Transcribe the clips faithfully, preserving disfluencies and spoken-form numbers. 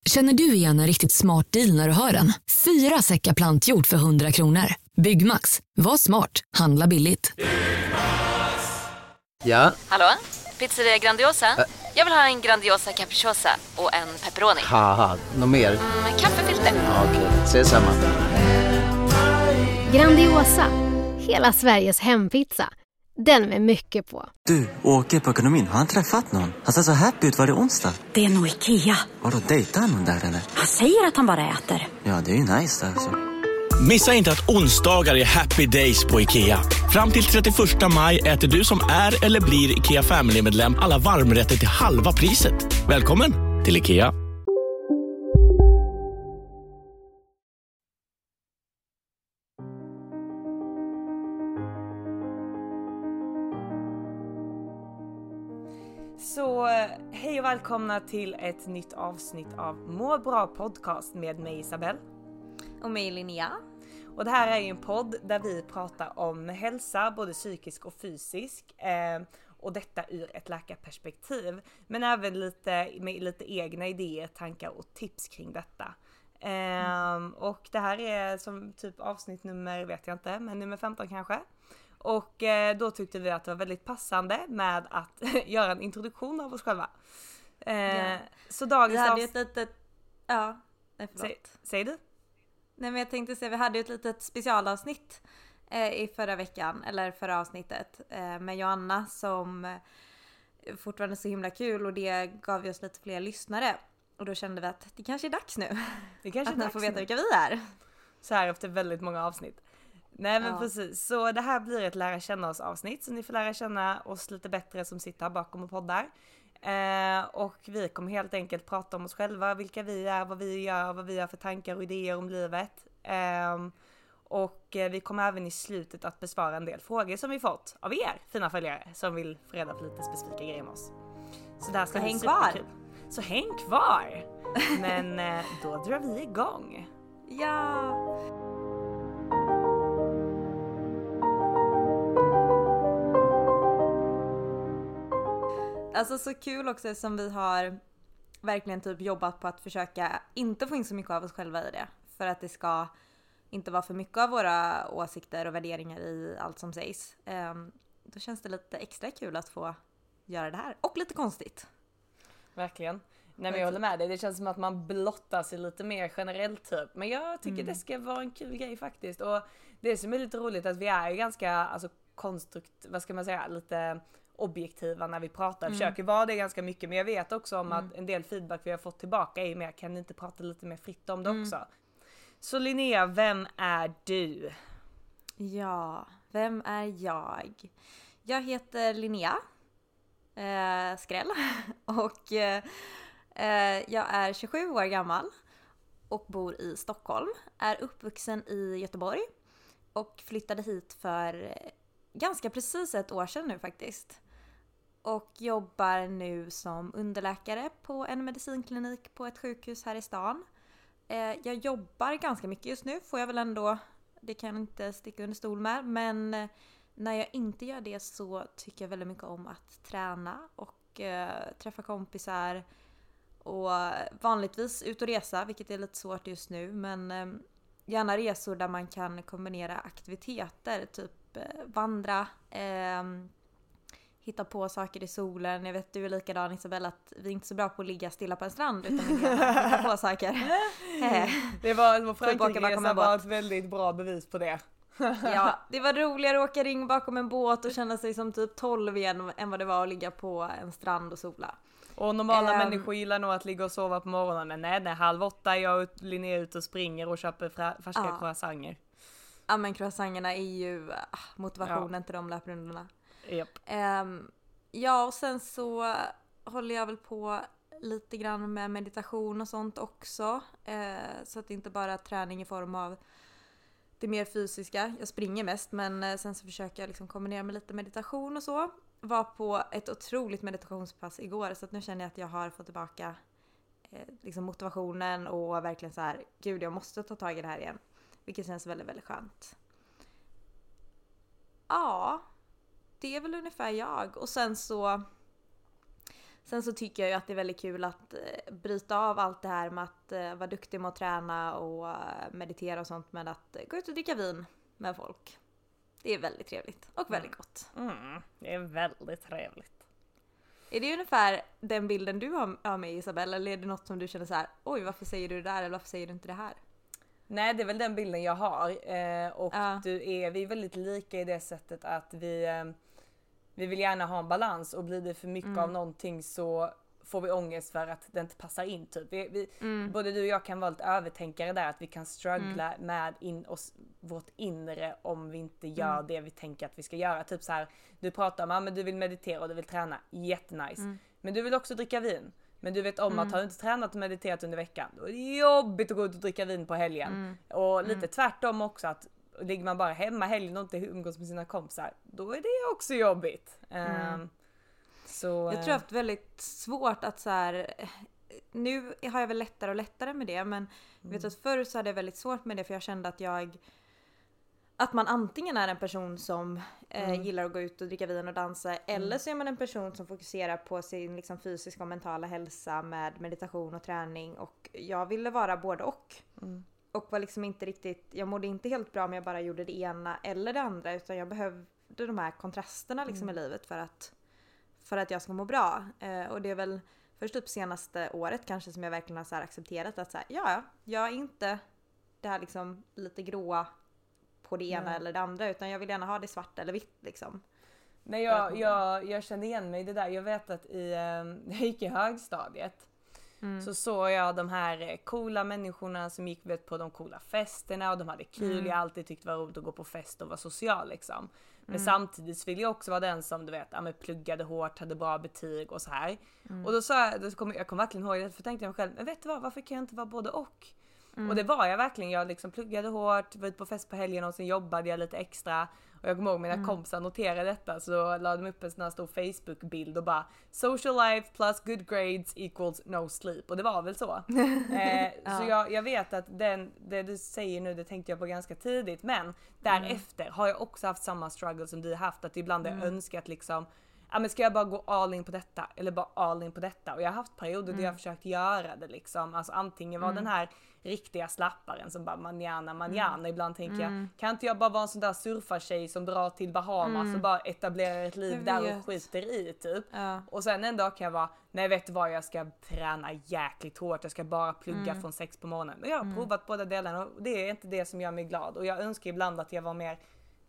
Känner du igen en riktigt smart deal när du hör den? Fyra säckar plantjord för hundra kronor. Byggmax. Var smart. Handla billigt. Ja? Hallå? Pizzeria Grandiosa? Ä- Jag vill ha en Grandiosa capriciosa och en pepperoni. Haha, något mer? Mm, kaffefilter. Ja, okej, okay. Ses samma. Grandiosa. Hela Sveriges hempizza. Den med mycket på. Du, åker på ekonomin. Har han träffat någon? Han ser så happy ut. Var det onsdag? Det är nog Ikea. Och då dejtar han någon där eller? Han säger att han bara äter. Ja, det är ju nice alltså. Missa inte att onsdagar är happy days på Ikea. Fram till trettioförsta maj äter du som är eller blir Ikea Family-medlem alla varmrätter till halva priset. Välkommen till Ikea. Så hej och välkomna till ett nytt avsnitt av Må bra podcast med mig Isabel. Och mig Linnea. Och det här är ju en podd där vi pratar om hälsa, både psykisk och fysisk. Eh, och detta ur ett läkarperspektiv. Men även lite med lite egna idéer, tankar och tips kring detta. Eh, mm. Och det här är som typ avsnitt nummer, vet jag inte, men nummer femton kanske. Och eh, då tyckte vi att det var väldigt passande med att göra en introduktion av oss själva. Eh, ja. Så dagens vi hade avs- ju ett litet... Ja, nej förlåt. Säg, säg du? Nej men jag tänkte säga, vi hade ju ett litet specialavsnitt eh, i förra veckan, eller förra avsnittet, eh, med Joanna som eh, fortfarande är så himla kul och det gav vi oss lite fler lyssnare. Och då kände vi att det kanske är dags nu. Det kanske att är ni får veta nu. vilka vi är. Så här efter väldigt många avsnitt. Nej men ja. precis, så det här blir ett lära känna oss avsnitt, så ni får lära känna oss lite bättre som sitter här bakom och poddar. Eh, och vi kommer helt enkelt prata om oss själva, vilka vi är, vad vi gör, vad vi har för tankar och idéer om livet. Eh, och eh, vi kommer även i slutet att besvara en del frågor som vi fått av er fina följare som vill få reda på lite specifika grejer med oss. Så där ska så bli häng superkul. kvar! Så häng kvar! Men eh, då drar vi igång. Ja! Alltså så kul också som vi har verkligen typ jobbat på att försöka inte få in så mycket av oss själva i det. För att det ska inte vara för mycket av våra åsikter och värderingar i allt som sägs. Um, då känns det lite extra kul att få göra det här. Och lite konstigt. Verkligen. Nej men jag håller med dig. Det känns som att man blottar sig lite mer generellt typ. Men jag tycker mm. det ska vara en kul grej faktiskt. Och det som är lite roligt att vi är ju ganska alltså, konstrukt, vad ska man säga, lite objektiva när vi pratar. Mm. Försöker vara det ganska mycket. Men jag vet också om mm. att en del feedback vi har fått tillbaka är mer, kan ni inte prata lite mer fritt om det mm. också? Så Linnea, vem är du? Ja, vem är jag? Jag heter Linnea eh, Skräll och eh, jag är tjugosju år gammal och bor i Stockholm. Är uppvuxen i Göteborg och flyttade hit för ganska precis ett år sedan nu faktiskt. Och jobbar nu som underläkare på en medicinklinik på ett sjukhus här i stan. Jag jobbar ganska mycket just nu, får jag väl ändå, det kan jag inte sticka under stol med. Men när jag inte gör det så tycker jag väldigt mycket om att träna och eh, träffa kompisar. Och vanligtvis ut och resa, vilket är lite svårt just nu. Men eh, gärna resor där man kan kombinera aktiviteter, typ eh, vandra, eh, hitta på saker i solen. Jag vet du är likadan Isabella, att vi är inte så bra på att ligga stilla på en strand utan vi hitta på saker. Det var, var Frankrike var ett väldigt bra bevis på det. Ja, det var roligare att åka ring bakom en båt och känna sig som typ tolv igen än vad det var att ligga på en strand och sola. Och normala um, människor gillar nog att ligga och sova på morgonen. Men nej, nej, halv åtta är jag ut, Linnea ut och springer och köper fra, färska ja. croissanter. Ja, men croissanterna är ju ah, motivationen ja. till de löprundorna. Yep. Um, ja, och sen så håller jag väl på lite grann med meditation och sånt också. Uh, så att det inte bara är träning i form av det mer fysiska. Jag springer mest, men uh, sen så försöker jag liksom kombinera med lite meditation och så. Var på ett otroligt meditationspass igår, så att nu känner jag att jag har fått tillbaka eh, liksom motivationen och verkligen så här, gud jag måste ta tag i det här igen. Vilket känns väldigt, väldigt skönt. Ja, det är väl ungefär jag. Och sen så Sen så tycker jag ju att det är väldigt kul att eh, bryta av allt det här med att eh, vara duktig med att träna och eh, meditera och sånt med att eh, gå ut och dricka vin med folk. Det är väldigt trevligt och väldigt mm. gott. Mm, det är väldigt trevligt. Är det ungefär den bilden du har av mig, Isabelle, eller är det något som du känner så här: oj, varför säger du det där eller varför säger du inte det här? Nej, det är väl den bilden jag har eh, och ja. du är, vi är väldigt lika i det sättet att vi, eh, vi vill gärna ha en balans, och blir det för mycket mm. av någonting så får vi ångest för att det inte passar in typ. Vi, vi, mm. Både du och jag kan vara lite övertänkare där, att vi kan struggla mm. med in oss, vårt inre om vi inte gör mm. det vi tänker att vi ska göra. Typ så här, du pratar om att ah, du vill meditera och du vill träna, jättenice. Mm. Men du vill också dricka vin. Men du vet om mm. att har du inte tränat och mediterat under veckan, då är det jobbigt att gå ut och dricka vin på helgen. Mm. Och lite mm. tvärtom också, att ligger man bara hemma helgen och inte umgås med sina kompisar, då är det också jobbigt. Mm. Um, så, jag tror jag har haft väldigt svårt att så här, nu har jag väl lättare och lättare med det, men jag vet att förr så hade jag väldigt svårt med det, för jag kände att jag att man antingen är en person som eh, mm. gillar att gå ut och dricka vin och dansa, mm. eller så är man en person som fokuserar på sin liksom, fysiska och mentala hälsa med meditation och träning, och jag ville vara både och. Mm. Och var liksom inte riktigt, jag mådde inte helt bra om jag bara gjorde det ena eller det andra, utan jag behövde de här kontrasterna liksom mm. i livet för att för att jag ska må bra. Eh, och det är väl först upp senaste året kanske som jag verkligen har så här accepterat att så här, ja, jag är inte det här liksom lite gråa på det ena mm. eller det andra, utan jag vill gärna ha det svart eller vitt liksom. Nej, jag, jag, jag kände igen mig i det där. Jag vet att i, jag gick i högstadiet mm. så såg jag de här coola människorna som gick vet, på de coola festerna, och de hade kul. Mm. Jag alltid tyckte det var roligt att gå på fest och vara social liksom. Men mm. samtidigt vill jag också vara den som du vet, ja, men pluggade hårt, hade bra betyg och så här. Mm. Och då sa jag, då kom, jag kom verkligen ihåg det, för tänkte jag mig själv, men vet du vad, varför kan jag inte vara både och? Mm. Och det var jag verkligen, jag liksom pluggade hårt, var ute på fest på helgen och sen jobbade jag lite extra. Och jag kommer ihåg mina mm. kompisar noterade detta, så lade de upp en sån här stor Facebook-bild och bara social life plus good grades equals no sleep. Och det var väl så. eh, ja. Så jag, jag vet att den, det du säger nu, det tänkte jag på ganska tidigt. Men därefter mm. har jag också haft samma struggle som du har haft, att ibland mm. har jag önskat liksom, ja, men ska jag bara gå all in på detta eller bara all in på detta? Och jag har haft perioder mm. där jag har försökt göra det liksom. Alltså antingen var mm. den här riktiga slapparen som bara manjana, manjana. Mm. Ibland tänker mm. jag, kan inte jag bara vara en sån där surfartjej som drar till Bahamas mm. och bara etablerar ett liv där och skiter i typ. Ja. Och sen en dag kan jag vara, nej vet du vad, jag ska träna jäkligt hårt. Jag ska bara plugga mm. från sex på morgonen. Men jag har mm. provat båda delarna och det är inte det som gör mig glad. Och jag önskar ibland att jag var mer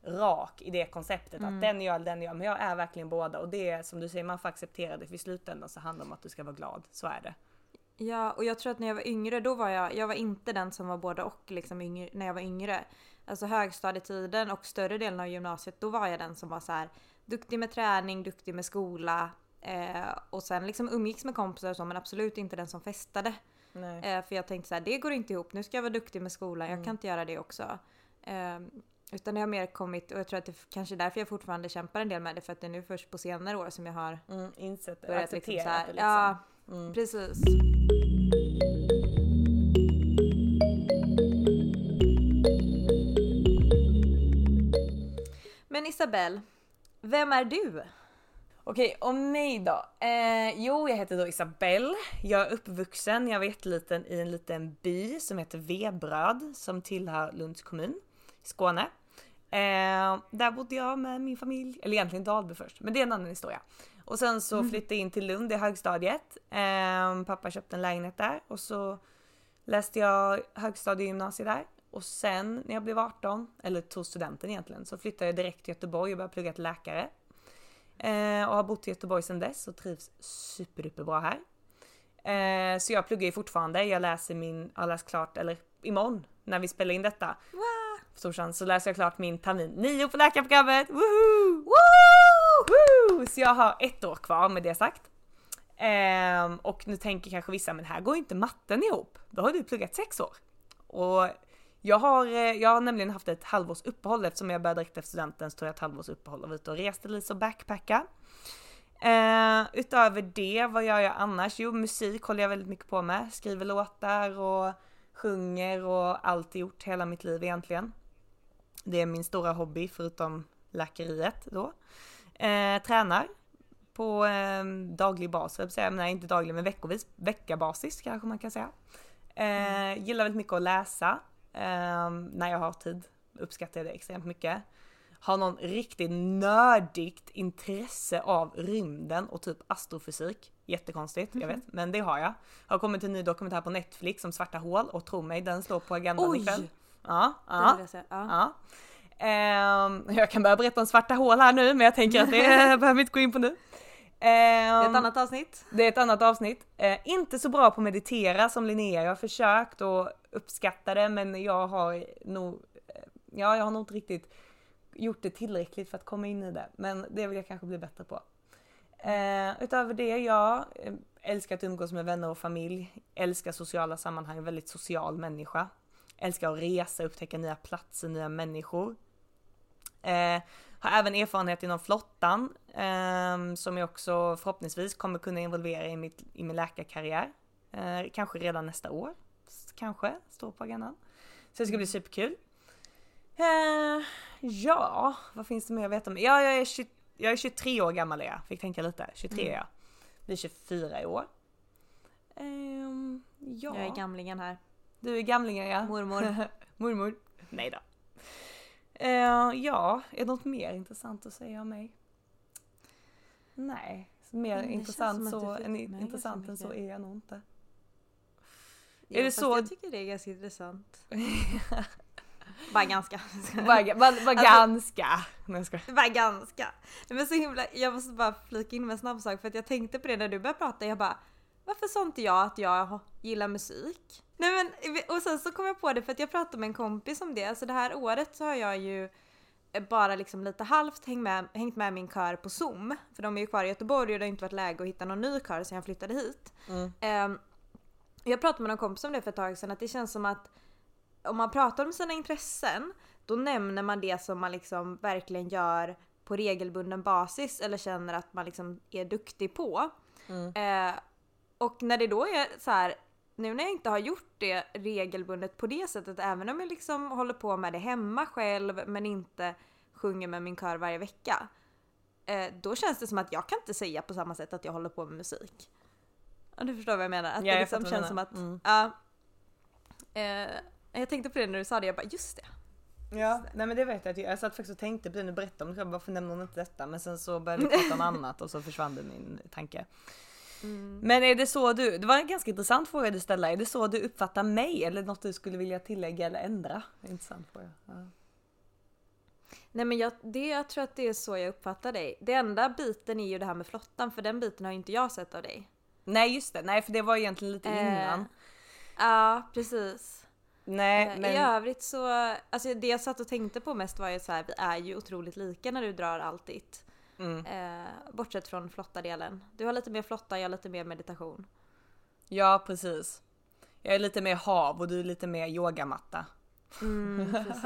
rak i det konceptet, mm. att den gör, den gör, men jag är verkligen båda, och det är som du säger, man får acceptera det, för i slutändan så handlar det om att du ska vara glad, så är det. Ja, och jag tror att när jag var yngre, då var jag, jag var inte den som var både och liksom yngre, när jag var yngre. Alltså högstadietiden och större delen av gymnasiet, då var jag den som var så här duktig med träning, duktig med skola, eh, och sen liksom umgicks med kompisar och så, men absolut inte den som festade. Nej. Eh, för jag tänkte så här, det går inte ihop, nu ska jag vara duktig med skolan, mm. jag kan inte göra det också. Eh, Utan det har mer kommit, och jag tror att det kanske är därför jag fortfarande kämpar en del med det, för att det är nu först på senare år som jag har mm, insett det, börjat liksom så här, det liksom. Ja, mm. precis. Men Isabelle, vem är du? Okej, om mig då. Eh, jo, jag heter då Isabelle. Jag är uppvuxen, jag var jätteliten i en liten by som heter Vebröd, som tillhör Lunds kommun. Skåne. Eh, där bodde jag med min familj, eller egentligen Dalby först, men det är en annan historia. Och sen så mm. flyttade jag in till Lund i högstadiet. Eh, pappa köpte en lägenhet där, och så läste jag högstadiegymnasiet där. Och sen när jag blev arton, eller tog studenten egentligen, så flyttade jag direkt till Göteborg och började plugga till läkare. Eh, och har bott i Göteborg sedan dess och trivs superduper bra här. Eh, så jag pluggar ju fortfarande, jag läser min, har läst klart, eller imorgon när vi spelar in detta. Wow. Stor chans så läser jag klart min termin nio på läkarprogrammet. Woohoo! Woo! Woo! Så jag har ett år kvar med det sagt. Ehm, och nu tänker kanske vissa, men här går inte matten ihop. Då har du pluggat sex år. Och jag har, jag har nämligen haft ett halvårs uppehåll, eftersom jag började direkt efter studenten, så tog jag ett halvårs uppehåll och var ute och reste lite och backpacka. Ehm, utöver det, vad gör jag annars? Jo, musik håller jag väldigt mycket på med. Skriver låtar och sjunger och allt gjort hela mitt liv egentligen. Det är min stora hobby förutom läkeriet då. Eh, tränar. på eh, daglig basis, nej inte daglig men veckovis, veckabasis kanske man kan säga. Eh, mm. Gillar väldigt mycket att läsa eh, när jag har tid, uppskattar jag det extremt mycket. Har någon riktigt nördigt intresse av rymden och typ astrofysik. Jättekonstigt, mm. jag vet, men det har jag. Har kommit en ny dokumentär på Netflix om svarta hål och tro mig, den står på agendan Oj. ikväll. Ja, ja, jag, ja. ja. Um, jag kan börja berätta om svarta hål här nu, men jag tänker att det behöver vi inte gå in på nu. Um, det är ett annat avsnitt. Det är ett annat avsnitt. Uh, inte så bra på att meditera som Linnea. Jag har försökt och uppskattar det, men jag har nog, ja, jag har nog inte riktigt gjort det tillräckligt för att komma in i det. Men det vill jag kanske bli bättre på. Uh, utöver det, jag älskar att umgås med vänner och familj. Älskar sociala sammanhang, väldigt social människa. Älskar att resa, upptäcka nya platser, nya människor. Eh, har även erfarenhet inom flottan eh, som jag också förhoppningsvis kommer kunna involvera i, mitt, i min läkarkarriär. Eh, kanske redan nästa år. Kanske, står på agendan. Så det ska bli superkul. Eh, ja, vad finns det mer att veta om? Ja, jag är, tjugo, jag är tjugotre år gammal, jag fick tänka lite. tjugotre mm. ja. Blir tjugofyra i år. Eh, ja. Jag är gamlingen här. Du är gamlingen, ja. Mormor. Mormor. Nej då. Uh, ja, är det något mer intressant att säga om mig? Nej, mer mm, intressant så än intressant än så är jag nog inte. Jo, är det så? Jag tycker det är ganska intressant. Bara ganska. bara bara, bara alltså, ganska. Nej, ska. Bara ganska. Men så himla, jag måste bara flika in med en snabb sak för att jag tänkte på det när du började prata. Jag bara, varför sa inte jag att jag gillar musik? Nej men, och sen så kom jag på det för att jag pratade med en kompis om det. Alltså det här året så har jag ju bara liksom lite halvt hängt med, hängt med min kör på Zoom. För de är ju kvar i Göteborg och det har inte varit läge att hitta någon ny kör sen jag flyttade hit. Mm. Um, jag pratade med någon kompis om det för ett tag sedan att det känns som att om man pratar om sina intressen då nämner man det som man liksom verkligen gör på regelbunden basis eller känner att man liksom är duktig på. Mm. Uh, och när det då är så här, nu när jag inte har gjort det regelbundet på det sättet, även om jag liksom håller på med det hemma själv men inte sjunger med min kör varje vecka, eh, då känns det som att jag kan inte säga på samma sätt att jag håller på med musik. Ja, du förstår vad jag menar. Att ja, det liksom jag känns som att mm. ja, eh, jag tänkte på det när du sa det, jag bara just det. Ja, nej men det vet jag att jag, jag satt faktiskt och tänkte på det, nu berättade om det, varför nämner hon inte detta? Men sen så började vi prata om annat och så försvann det min tanke. Mm. Men är det så du, det var en ganska intressant fråga du ställde, är det så du uppfattar mig eller något du skulle vilja tillägga eller ändra? Intressant fråga. Ja. Nej men jag, det, jag tror att det är så jag uppfattar dig. Det enda biten är ju det här med flottan, för den biten har inte jag sett av dig. Nej just det, nej för det var egentligen lite eh, innan. Ja, precis. Nej, eh, men... I övrigt så, alltså det jag satt och tänkte på mest var ju så här, vi är ju otroligt lika när du drar allt ditt. Mm. Eh, bortsett från flotta-delen. Du har lite mer flotta, jag har lite mer meditation. Ja, precis. Jag är lite mer hav och du är lite mer yogamatta. Mm, precis.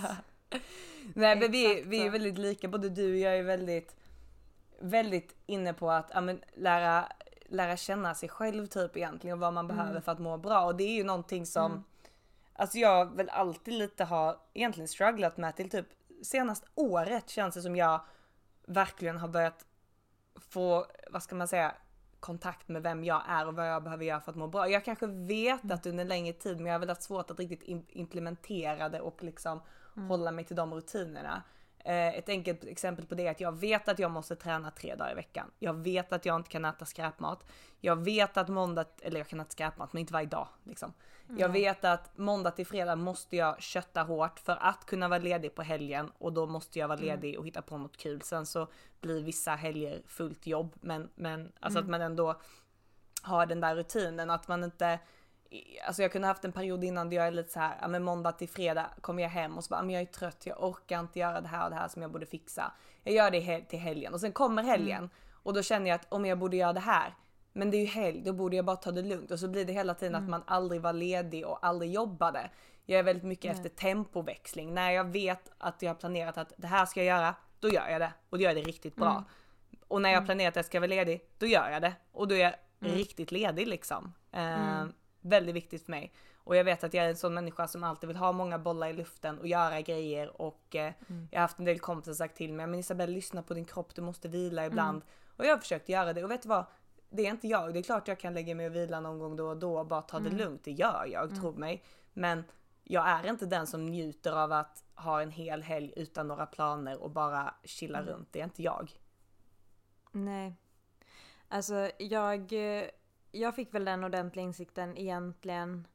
Nej, men vi, vi är väldigt lika. Både du och jag är väldigt, väldigt inne på att ja, men, lära, lära känna sig själv typ egentligen och vad man behöver mm. för att må bra. Och det är ju någonting som mm. alltså jag väl alltid lite har egentligen strugglat med till typ senaste året känns det som jag verkligen har börjat få, vad ska man säga, kontakt med vem jag är och vad jag behöver göra för att må bra. Jag kanske vet att under en längre tid, men jag har väl haft svårt att riktigt implementera det och liksom mm. hålla mig till de rutinerna. Eh, ett enkelt exempel på det är att jag vet att jag måste träna tre dagar i veckan. Jag vet att jag inte kan äta skräpmat. Jag vet att måndag, eller jag kan äta skräpmat men inte varje dag liksom. Mm. Jag vet att måndag till fredag måste jag kötta hårt för att kunna vara ledig på helgen och då måste jag vara ledig mm. och hitta på något kul. Sen så blir vissa helger fullt jobb men, men alltså mm. att man ändå har den där rutinen att man inte, alltså jag kunde haft en period innan där jag är lite så här, ja men måndag till fredag kommer jag hem och så bara, men jag är trött, jag orkar inte göra det här och det här som jag borde fixa. Jag gör det he- till helgen och sen kommer helgen mm. och då känner jag att om jag borde göra det här, men det är ju helg, då borde jag bara ta det lugnt och så blir det hela tiden mm. att man aldrig var ledig och aldrig jobbade. Jag är väldigt mycket mm. efter tempoväxling. När jag vet att jag har planerat att det här ska jag göra, då gör jag det och då gör jag det riktigt bra. Mm. Och när jag har planerat att jag ska vara ledig, då gör jag det och då är jag mm. riktigt ledig liksom. Uh, mm. Väldigt viktigt för mig. Och jag vet att jag är en sån människa som alltid vill ha många bollar i luften och göra grejer. Och eh, mm. jag har haft en del kompisar sagt till mig, men Isabelle, lyssna på din kropp, du måste vila ibland. Mm. Och jag har försökt göra det och vet du vad? Det är inte jag. Det är klart jag kan lägga mig och vila någon gång då och då och bara ta det mm. lugnt. Det gör jag, mm. tror mig. Men jag är inte den som njuter av att ha en hel helg utan några planer och bara chilla mm. runt. Det är inte jag. Nej. Alltså jag, jag fick väl den ordentliga insikten egentligen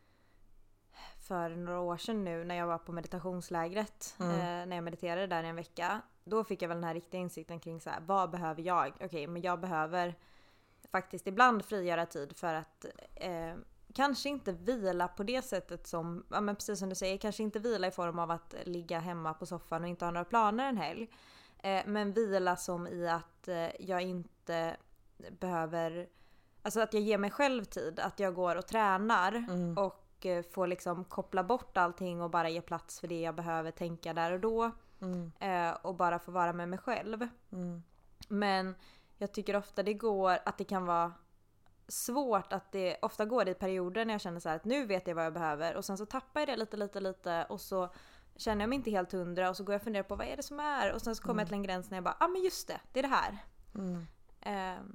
för några år sedan nu när jag var på meditationslägret. Mm. Eh, när jag mediterade där i en vecka. Då fick jag väl den här riktiga insikten kring så här, vad behöver jag? Okej, okay, men jag behöver faktiskt ibland frigöra tid för att eh, kanske inte vila på det sättet som, ja men precis som du säger, kanske inte vila i form av att ligga hemma på soffan och inte ha några planer en helg. Eh, men vila som i att eh, jag inte behöver, alltså att jag ger mig själv tid, att jag går och tränar mm. och eh, får liksom koppla bort allting och bara ge plats för det jag behöver tänka där och då. Mm. Eh, och bara få vara med mig själv. Mm. Men jag tycker ofta det går att det kan vara svårt att det ofta går i perioder när jag känner så här att nu vet jag vad jag behöver och sen så tappar jag det lite lite lite och så känner jag mig inte helt hundra och så går jag och funderar på vad är det som är och sen så kommer mm. jag till en gräns när jag bara ja ah, men just det, det är det här. Mm. Um,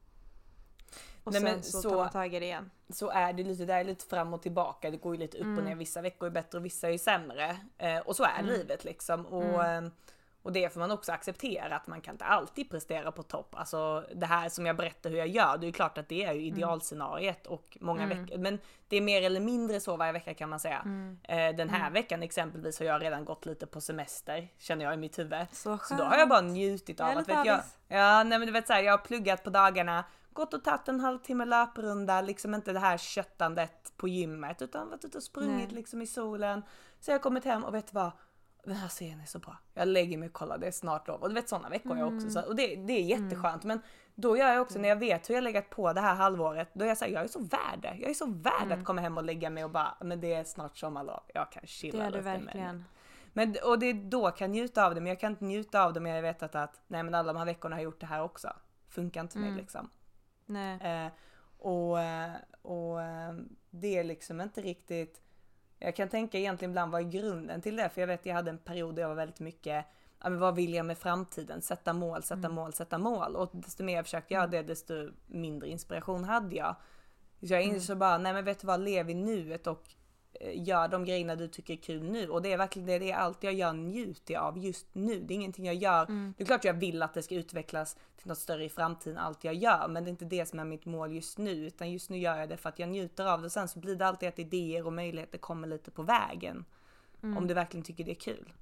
och Nej, sen men så, så tar man tag i det igen. Så är det lite där lite fram och tillbaka. Det går ju lite upp mm. och ner. Vissa veckor är bättre och vissa är sämre. Eh, och så är mm. livet liksom. Och, mm. och det får man också acceptera att man kan inte alltid prestera på topp. Alltså det här som jag berättar hur jag gör. Det är ju klart att det är ju idealscenariet och många mm. veckor. Men det är mer eller mindre så varje vecka kan man säga. Mm. Eh, den här mm. veckan exempelvis har jag redan gått lite på semester. Känner jag i mitt huvud. Så, så då har jag bara njutit av att vet jag. Ja, nej men du vet så här, jag har pluggat på dagarna. Gått och tagit en halvtimme löprunda, liksom inte det här köttandet på gymmet utan varit ute och sprungit Nej. liksom i solen. Så jag har kommit hem och vet vad, den här serien är så bra. Jag lägger mig och kollar, det är snart lov. Och du vet sådana veckor mm. jag också. Så, och det, det är jätteskönt. Mm. Men då gör jag också, när jag vet hur jag legat på det här halvåret, då är jag så här, jag är så värd det. Jag är så värd mm. att komma hem och lägga mig och bara, men det är snart sommarlov. Jag kan chilla lite. Det är du verkligen. Men, och det är då jag kan njuta av det, men jag kan inte njuta av det men jag vet att, att nej men alla de här veckorna har jag gjort det här också. Funkar inte för mm. mig liksom. Nej. Eh, och, och det är liksom inte riktigt, jag kan tänka egentligen ibland vad är grunden till det, för jag vet jag hade en period där jag var väldigt mycket, ja, men vad vill jag med framtiden, sätta mål, sätta mm. mål, sätta mål, och desto mer jag försökte göra det desto mindre inspiration hade jag. Så jag insåg mm. bara, nej men vet du vad, lev i nuet och gör de grejerna du tycker är kul nu, och det är verkligen det, det är allt jag gör njuter av just nu, det är ingenting jag gör, mm. det är klart jag vill att det ska utvecklas till något större i framtiden allt jag gör, men det är inte det som är mitt mål just nu, utan just nu gör jag det för att jag njuter av det, och sen så blir det alltid att idéer och möjligheter kommer lite på vägen mm. om du verkligen tycker det är kul.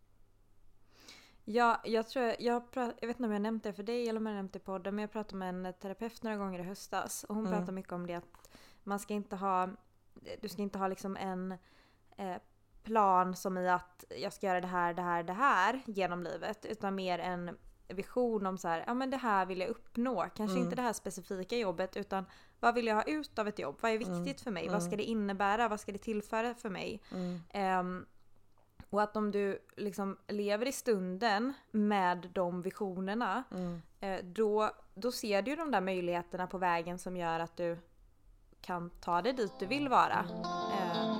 Ja, jag tror, jag, prat, jag vet inte om jag nämnt det för dig eller om jag nämnt det i podden, men jag pratade med en terapeut några gånger i höstas och hon mm. pratade mycket om det att man ska inte ha du ska inte ha liksom en eh, plan som i att jag ska göra det här, det här, det här genom livet, utan mer en vision om så här, ja men det här vill jag uppnå, kanske mm. inte det här specifika jobbet, utan vad vill jag ha ut av ett jobb, vad är viktigt mm. för mig, mm. vad ska det innebära, vad ska det tillföra för mig mm. um, och att om du liksom lever i stunden med de visionerna mm. eh, då, då ser du de där möjligheterna på vägen som gör att du kan ta det dit du vill vara. Eh.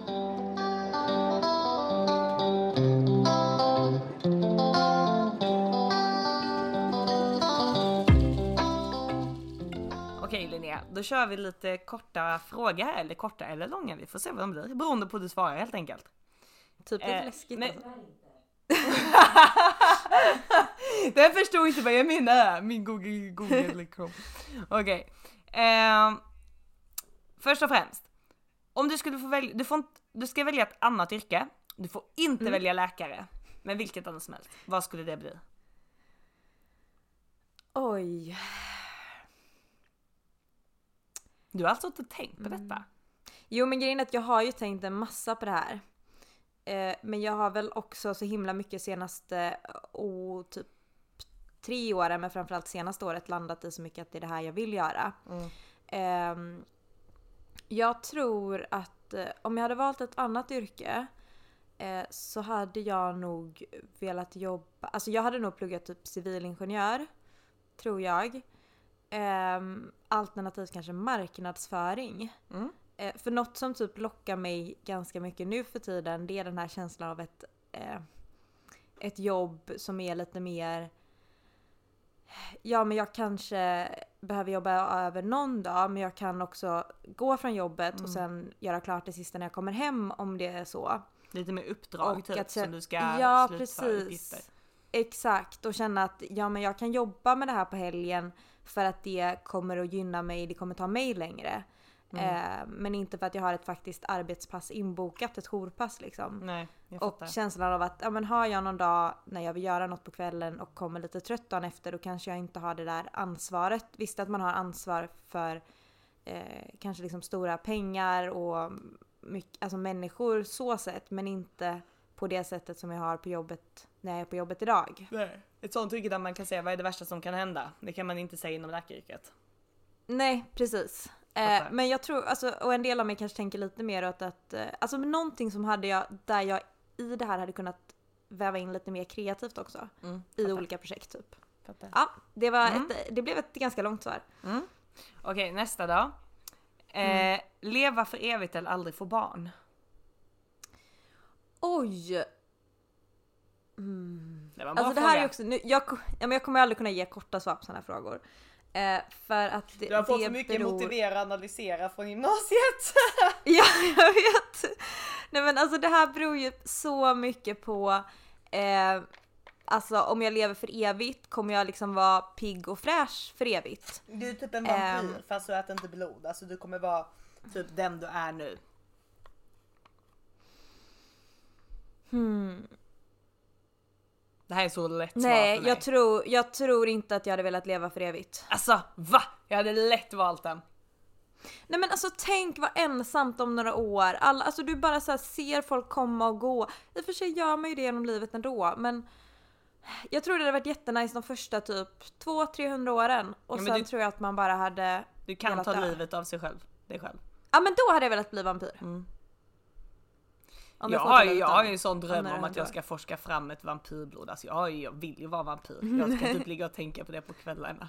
Okej Linnea, då kör vi lite korta frågor här, eller korta eller långa, vi får se vad de blir, beroende på hur du svarar helt enkelt. Typ lite eh, läskigt men... alltså. Den förstod inte vad jag menar, min Google, Google Chrome. Okej. Eh, först och främst, om du skulle få välja, du, får inte, du ska välja ett annat yrke, du får inte mm. välja läkare, men vilket annat som helst, vad skulle det bli? Oj. Du har alltså inte tänkt på mm. detta? Jo, men grejen är att jag har ju tänkt en massa på det här. Eh, men jag har väl också så himla mycket senaste oh, typ tre åren, men framförallt senaste året landat i så mycket att det är det här jag vill göra. Mm. Eh, jag tror att eh, om jag hade valt ett annat yrke eh, så hade jag nog velat jobba, alltså jag hade nog pluggat typ civilingenjör, tror jag. Eh, alternativt kanske marknadsföring. Mm. Eh, för något som typ lockar mig ganska mycket nu för tiden, det är den här känslan av ett, eh, ett jobb som är lite mer ja men jag kanske behöver jobba över någon dag, men jag kan också gå från jobbet mm. och sen göra klart det sista när jag kommer hem om det är så. Lite mer uppdrag och typ att, som du ska ja, slutföra precis. uppgifter. Exakt, och känna att ja, men jag kan jobba med det här på helgen för att det kommer att gynna mig, det kommer ta mig längre. Mm. Eh, men inte för att jag har ett faktiskt arbetspass inbokat, ett jourpass liksom. Nej, jag och känslan av att ja, men har jag någon dag när jag vill göra något på kvällen och kommer lite trött dagen efter, då kanske jag inte har det där ansvaret. Visst att man har ansvar för eh, kanske liksom stora pengar och mycket, alltså människor så sätt, men inte på det sättet som jag har på jobbet när jag är på jobbet idag. Nej. Ett sånt yrke där man kan säga vad är det värsta som kan hända. Det kan man inte säga inom läkaryrket. Nej, precis. Eh, men jag tror, alltså, och en del av mig kanske tänker lite mer åt att, eh, alltså någonting som hade jag, där jag i det här hade kunnat väva in lite mer kreativt också. Mm, i olika projekt typ. Fattar. Ja, det var mm. ett, det blev ett ganska långt svar. Mm. Okej, okay, nästa då. Eh, mm. Leva för evigt eller aldrig få barn? Oj! Mm. Det var en bra alltså det här är också, nu, jag, ja, men jag kommer aldrig kunna ge korta svar på sådana här frågor. Eh, för att det, du har fått det så mycket beror... motivera och analysera från gymnasiet. Ja, jag vet. Nej men alltså det här beror ju så mycket på eh, alltså om jag lever för evigt, kommer jag liksom vara pigg och fräsch för evigt. Du är typ en vampyr eh, fast du äter inte blod. Alltså du kommer vara typ den du är nu. Hmm. Det här är så lätt svar Nej, för mig. jag tror, jag tror inte att jag hade velat leva för evigt. Alltså, va? Jag hade lätt valt den. Nej men alltså tänk vad ensamt om några år. Alla, alltså du bara så här ser folk komma och gå. I och för sig gör man ju det genom livet ändå. Men jag tror det hade varit jättenice de första typ två till trehundra åren. Och ja, sen du, tror jag att man bara hade du kan ta dö. livet av sig själv. Dig själv. Ja men då hade jag velat bli vampyr. Mm. Jag, jag, har, jag har ju en sån dröm om att jag ska forska fram ett vampyrblod. Alltså jag, jag vill ju vara vampyr. Jag ska typ ligga och tänka på det på kvällarna.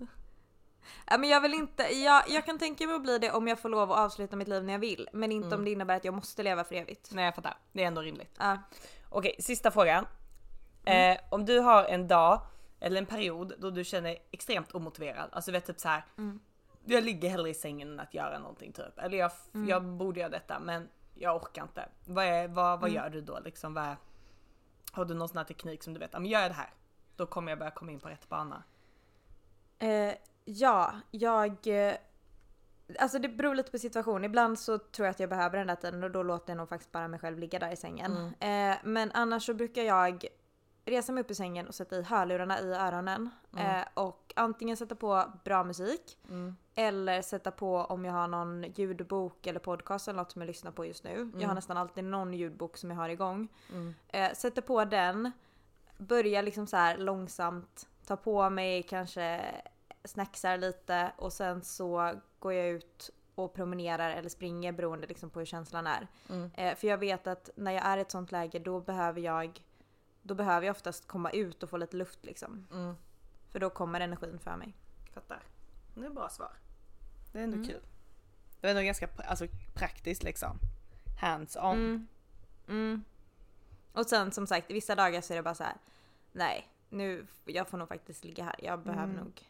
Ja, men jag vill inte, jag, jag kan tänka mig att bli det om jag får lov att avsluta mitt liv när jag vill. Men inte mm. om det innebär att jag måste leva för evigt. Nej, jag fattar. Det är ändå rimligt. Ja. Okej, sista frågan. Mm. Eh, om du har en dag eller en period då du känner dig extremt omotiverad. Alltså vet typ så här. Mm. Jag ligger hellre i sängen än att göra någonting typ. Eller jag, mm. jag borde göra detta men jag orkar inte. Vad, är, vad, vad mm. gör du då? Liksom, vad är, har du någon sån här teknik som du vet? Ja, men gör jag det här. Då kommer jag börja komma in på rätt bana. Eh, ja, jag... Alltså det beror lite på situationen. Ibland så tror jag att jag behöver den där tiden och då låter jag nog faktiskt bara mig själv ligga där i sängen. Mm. Eh, men annars så brukar jag resa mig upp i sängen och sätta i hörlurarna i öronen. Mm. Eh, och antingen sätta på bra musik. Mm. Eller sätta på om jag har någon ljudbok eller podcast eller något som jag lyssnar på just nu. Mm. Jag har nästan alltid någon ljudbok som jag har igång. Mm. Eh, sätter på den. Börjar liksom så här långsamt ta på mig, kanske snacksar lite. Och sen så går jag ut och promenerar eller springer beroende liksom på hur känslan är. Mm. Eh, för jag vet att när jag är i ett sånt läge då behöver jag då behöver jag oftast komma ut och få lite luft liksom. Mm. För då kommer energin för mig. Fattar. Det är bra svar. Det är ändå mm. kul. Det är ändå ganska alltså, praktiskt liksom. Hands on. Mm. Mm. Och sen som sagt, vissa dagar så är det bara så här. Nej, nu jag får nog faktiskt ligga här. Jag behöver mm. nog.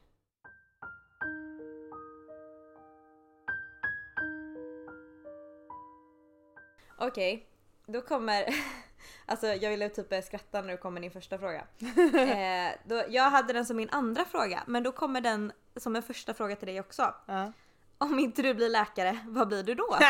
Okej, okay. Då kommer... Alltså jag ville typ skratta när det kommer din första fråga. eh, då, jag hade den som min andra fråga. Men då kommer den som en första fråga till dig också. Uh. Om inte du blir läkare, vad blir du då?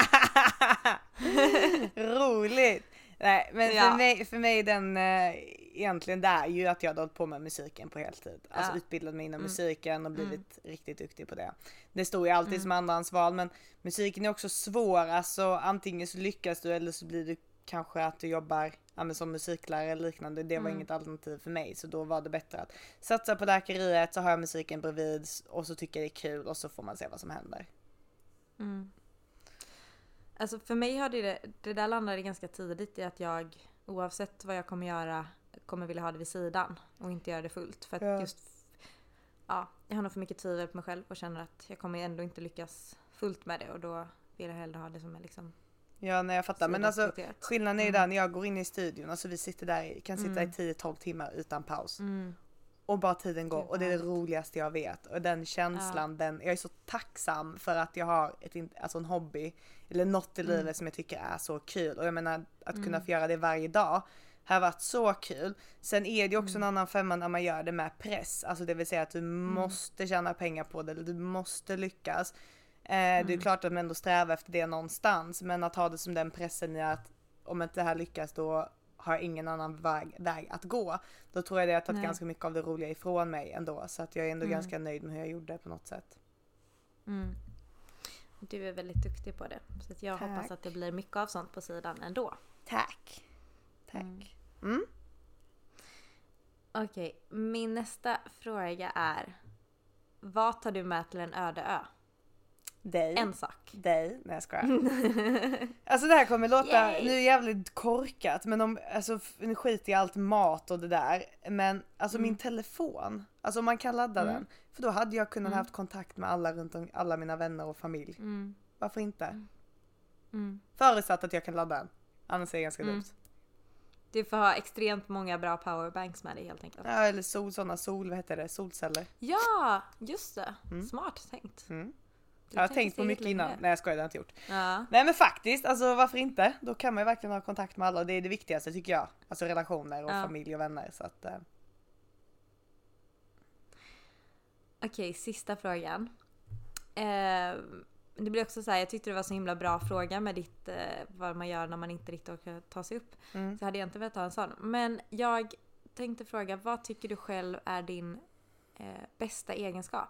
Roligt! Nej, men ja. för, mig, för mig den äh, egentligen det är ju att jag har hållit på med musiken på heltid. Alltså ja. utbildat mig inom mm. musiken och blivit mm. riktigt duktig på det. Det står ju alltid mm. som andrahandsval, men musiken är också svår. Alltså antingen så lyckas du eller så blir du kanske att du jobbar ja, som musiklärare eller liknande. Det var mm. inget alternativ för mig, så då var det bättre att satsa på läkeriet, så har jag musiken bredvid och så tycker jag det är kul och så får man se vad som händer. Mm. Alltså för mig har det, det där landade ganska tidigt i att jag oavsett vad jag kommer göra kommer vilja ha det vid sidan och inte göra det fullt. För att ja. just ja, jag har nog för mycket tvivel på mig själv och känner att jag kommer ändå inte lyckas fullt med det och då vill jag hellre ha det som är liksom. Ja, nej jag fattar. Men alltså skillnaden är ju mm. där när jag går in i studion, alltså vi sitter där, kan sitta mm. i tio till tolv timmar utan paus. Mm. Och bara tiden går. Gud, Och det är det roligaste jag vet. Och den känslan, ja. den, jag är så tacksam för att jag har ett, alltså en hobby. Eller något i livet mm. som jag tycker är så kul. Och jag menar, att mm. kunna få göra det varje dag har varit så kul. Sen är det också mm. en annan femma när man gör det med press. Alltså det vill säga att du mm. måste tjäna pengar på det. Eller du måste lyckas. Eh, mm. Det är klart att man ändå strävar efter det någonstans. Men att ha det som den pressen i att om inte det här lyckas då har ingen annan väg, väg att gå. Då tror jag det har tagit Nej. ganska mycket av det roliga ifrån mig ändå. Så att jag är ändå mm. ganska nöjd med hur jag gjorde på något sätt. Mm. Du är väldigt duktig på det. Så att jag Tack. hoppas att det blir mycket av sånt på sidan ändå. Tack. Tack. Mm. Mm. Okej, okay. Min nästa fråga är: vad tar du med till en öde ö? Dig. En sak. Dig. Nej, jag skojar. Alltså det här kommer låta Yay. nu jävligt korkat. Men om, alltså, nu skiter jag allt mat och det där. Men alltså mm. min telefon. Alltså om man kan ladda mm. den. För då hade jag kunnat mm. haft kontakt med alla runt om, alla mina vänner och familj. Mm. Varför inte? Mm. Mm. Förutsatt att jag kan ladda den. Annars är det ganska mm. dumt. Du får ha extremt många bra powerbanks med dig helt enkelt. Ja, eller sol, sådana sol, vad heter det? Solceller. Ja, just det. Mm. Smart tänkt. Mm. Jag har tänkt på mycket innan. Nej, jag skojar, det har jag inte gjort. Ja. Nej, men faktiskt, alltså varför inte? Då kan man ju verkligen ha kontakt med alla. Och det är det viktigaste tycker jag. Alltså relationer och ja. familj och vänner. Så att, eh. Okej, sista frågan. Eh, det blir också så här, jag tyckte det var så himla bra fråga med ditt, eh, vad man gör när man inte riktigt orkar ta sig upp. Mm. Så hade jag inte velat ta en sån. Men jag tänkte fråga, vad tycker du själv är din eh, bästa egenskap?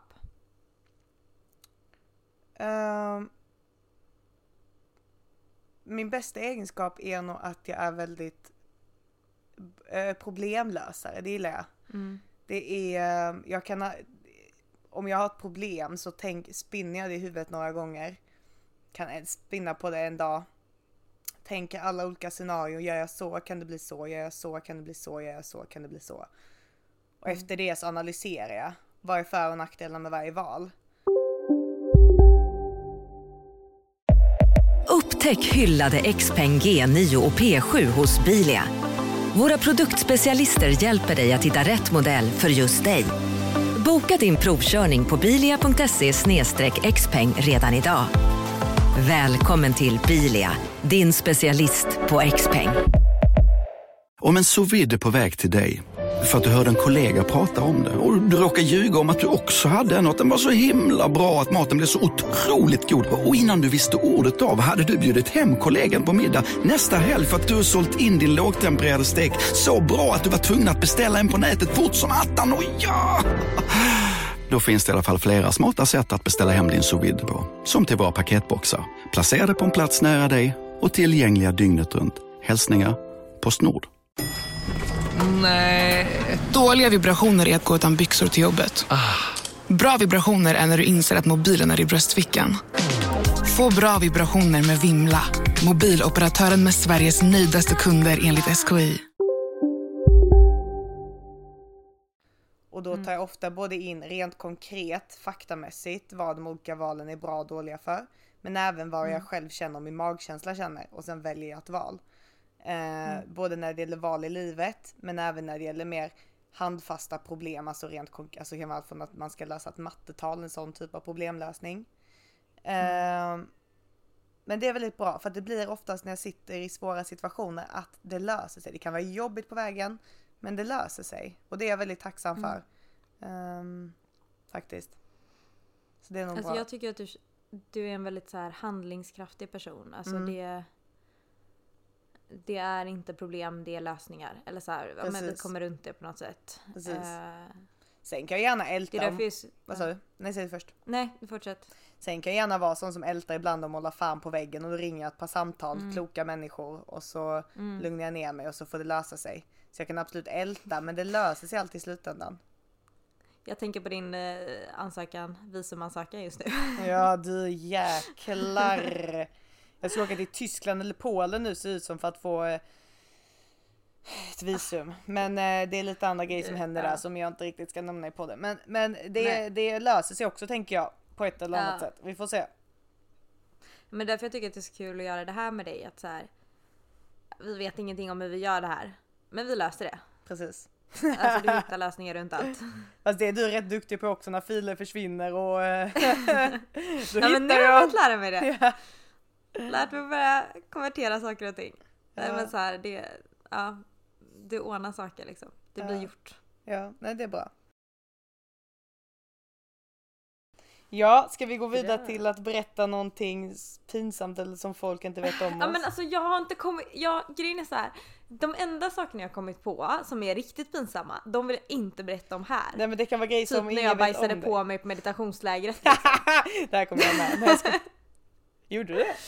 Uh, min bästa egenskap är nog att jag är väldigt uh, problemlösare, det gillar jag. Mm. Det är, uh, jag kan, om jag har ett problem så tänk, spinner jag det i huvudet några gånger. Kan spinna på det en dag. Tänker alla olika scenarier, gör jag så kan det bli så, gör jag så kan det bli så, gör jag så kan det bli så. Och mm. efter det så analyserar jag vad är för- och nackdelar med varje val. Upptäck hyllade Xpeng G nio och P sju hos Bilia. Våra produktspecialister hjälper dig att hitta rätt modell för just dig. Boka din provkörning på bilia punkt se slash xpeng redan idag. Välkommen till Bilia, din specialist på Xpeng. Om en sous vide är på väg till dig för att du hörde en kollega prata om det och du råkar ljuga om att du också hade en och att den var så himla bra att maten blev så otroligt god. Och innan du visste ordet av hade du bjudit hem kollegan på middag nästa helg för att du har sålt in din lågtempererade stek så bra att du var tvungen att beställa en på nätet fort som attan. Och ja! Då finns det i alla fall flera smarta sätt att beställa hem din sous vide på. Som till våra paketboxar, placerade på en plats nära dig och tillgängliga dygnet runt. Hälsningar Postnord. Nej. Dåliga vibrationer är att gå utan byxor till jobbet. Ah. Bra vibrationer är när du inser att mobilen är i bröstfickan. Få bra vibrationer med Vimla. Mobiloperatören med Sveriges nöjdaste kunder enligt S K I. Och då tar jag ofta både in rent konkret, faktamässigt, vad de olika valen är bra och dåliga för. Men även vad jag själv känner och min magkänsla känner. Och sen väljer jag ett val. Eh, mm. Både när det gäller val i livet, men även när det gäller mer handfasta problem. Alltså rent alltså kan vara från att man ska lösa ett mattetal, en sån typ av problemlösning. Eh, mm. Men det är väldigt bra, för att det blir oftast när jag sitter i svåra situationer att det löser sig. Det kan vara jobbigt på vägen, men det löser sig. Och det är jag väldigt tacksam för. Mm. Um, faktiskt. Så det är nog alltså bra. Jag tycker att du, du är en väldigt så här handlingskraftig person. Alltså mm. det, det är inte problem, det är lösningar. Eller så här, ja, men vi kommer runt det på något sätt. Precis. Uh, Sen kan jag gärna älta. Det är just, vad sa du? Nej, säg det först. Nej, fortsätt. Sen kan jag gärna vara sån som ältar ibland och målar fan på väggen. Och då ringer jag ett par samtal, mm. kloka människor. Och så mm. lugnar jag ner mig och så får det lösa sig. Så jag kan absolut älta, men det löser sig alltid i slutändan. Jag tänker på din eh, ansökan, visumansökan just nu. Ja, du jäklar. Jag ska åka till Tyskland eller Polen nu, ser ut som, för att få eh, ett visum. Men eh, det är lite andra grejer som händer ja. där som jag inte riktigt ska nämna på det. Men, men det, det löser sig också, tänker jag, på ett eller annat ja. sätt. Vi får se. Men därför jag tycker att det är så kul att göra det här med dig. Att så här, vi vet ingenting om hur vi gör det här. Men vi löser det. Precis. Alltså du hittar lösningar runt allt. Fast det är du rätt duktig på också när filer försvinner och... Då ja, men nu har jag fått lära mig det. Ja. Lärt mig börja konvertera saker och ting. Ja. Nej, men så här, det, ja, det ordnar saker liksom. Det blir ja. gjort. Ja, nej det är bra. Ja, ska vi gå vidare till att berätta någonting pinsamt eller som folk inte vet om oss? Ja, men alltså jag har inte kommit... Jag, grejen är så här, de enda sakerna jag har kommit på som är riktigt pinsamma, de vill jag inte berätta om här. Nej, men det kan vara grejer typ som när jag bajsade på mig på meditationslägret. Liksom. Det här kommer jag med. Nej, jag ska... Gjorde du det?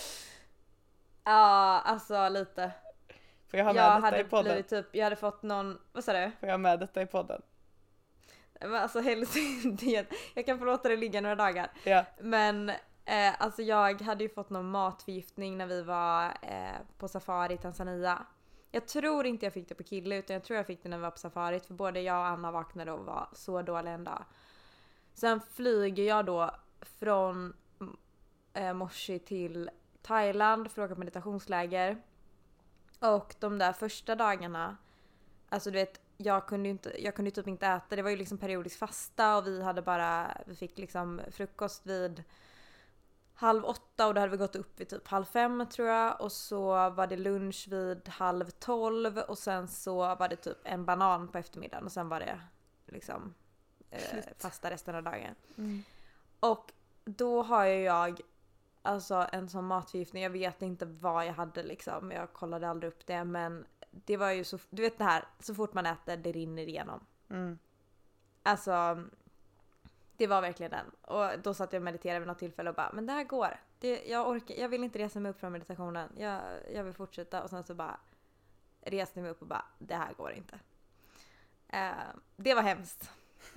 Ja, alltså lite. Får jag ha med jag detta hade i podden? Blivit typ, jag hade fått någon... Vad sa du? Får jag ha med detta i podden? Men alltså helst inte. Jag kan få låta det ligga några dagar. Ja. Men eh, alltså jag hade ju fått någon matförgiftning när vi var eh, på safari i Tanzania. Jag tror inte jag fick det på Kille, utan jag tror jag fick det när vi var på safari. För både jag och Anna vaknade och var så dåliga en dag. Sen flyger jag då från eh, morse till Thailand för att åka på meditationsläger. Och de där första dagarna, alltså du vet, jag kunde ju inte, jag kunde typ inte äta. Det var ju liksom periodisk fasta och vi hade bara, vi fick liksom frukost vid halv åtta och då hade vi gått upp vid typ halv fem tror jag. Och så var det lunch vid halv tolv och sen så var det typ en banan på eftermiddagen och sen var det liksom eh, fasta resten av dagen. Mm. Och då har ju jag alltså en sån matförgiftning. Jag vet inte vad jag hade liksom. Jag kollade aldrig upp det, men det var ju så, du vet det här, så fort man äter det rinner igenom. Mm. Alltså det var verkligen den. Och då satt jag och mediterade vid något tillfälle och bara, men det här går. Det, jag orkar, jag vill inte resa mig upp från meditationen. Jag, jag vill fortsätta. Och sen så bara reste mig upp och bara, det här går inte. Uh, det var hemskt.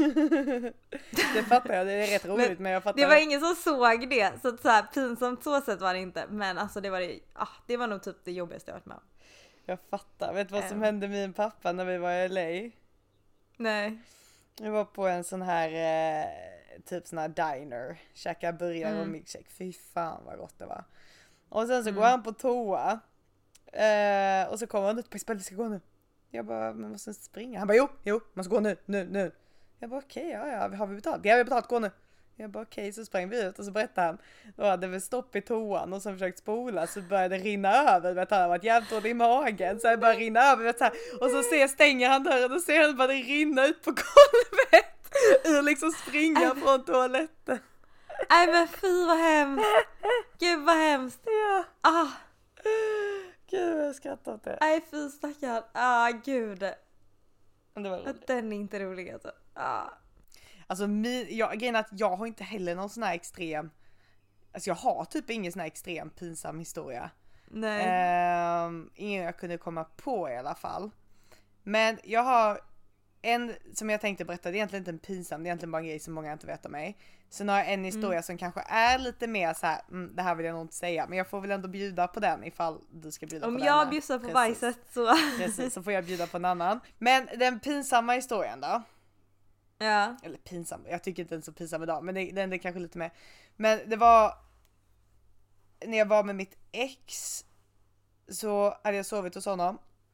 Det fattar jag, det är rätt roligt, men, men jag fattar. Det var ingen som såg det, så att så här pinsamt så sätt var det inte. Men alltså det var det, ah, det var nog typ det jobbigaste jag varit med om. Jag fattar. Vet du vad som um. hände med min pappa när vi var i L A? Nej. Vi var på en sån här eh, typ sån här diner. Käka burgare mm. och milkshake. Fy fan vad gott det var. Och sen så mm. går han på toa. Eh, och så kommer han ut på spel, vi ska gå nu. Jag bara, men måste springa. Han bara, jo, jo, man ska gå nu, nu, nu. Jag bara, okej, okay, ja, ja, har vi betalt? Ja, vi har betalt, gå nu. Jag bara, okej, okay, så sprang vi ut och så berättade han. Då hade vi stopp i toan och så försökt spola så började det rinna över. Vet, han har varit jävligt dålig i magen så det började rinna över. Vet, så här. Och så ser, stänger han dörren och ser han bara det rinna ut på golvet. Ur liksom springa från toaletten. Nej men fy vad hemskt. Gud vad hemskt. Ja. Ah. Gud jag skrattar åt det. Nej fy stackarn. Ah gud. Det var roligt. Den är inte rolig alltså. Ah. Alltså min, jag, grejen är att jag har inte heller någon sån här extrem, alltså jag har typ ingen sån här extrem pinsam historia. Nej. Uh, ingen jag kunde komma på i alla fall. Men jag har en som jag tänkte berätta, det är egentligen inte en pinsam, det är egentligen bara en grej som många inte vet om mig. Sen har jag en historia mm. som kanske är lite mer så här, mm, det här vill jag nog inte säga, men jag får väl ändå bjuda på den ifall du ska bjuda om på den. Om jag bjussar på bajset så. Precis, så får jag bjuda på en annan. Men den pinsamma historien då. Ja. Eller pinsam, jag tycker inte den är så pinsam idag, men det, den är kanske lite mer. Men det var när jag var med mitt ex så hade jag sovit hos honom.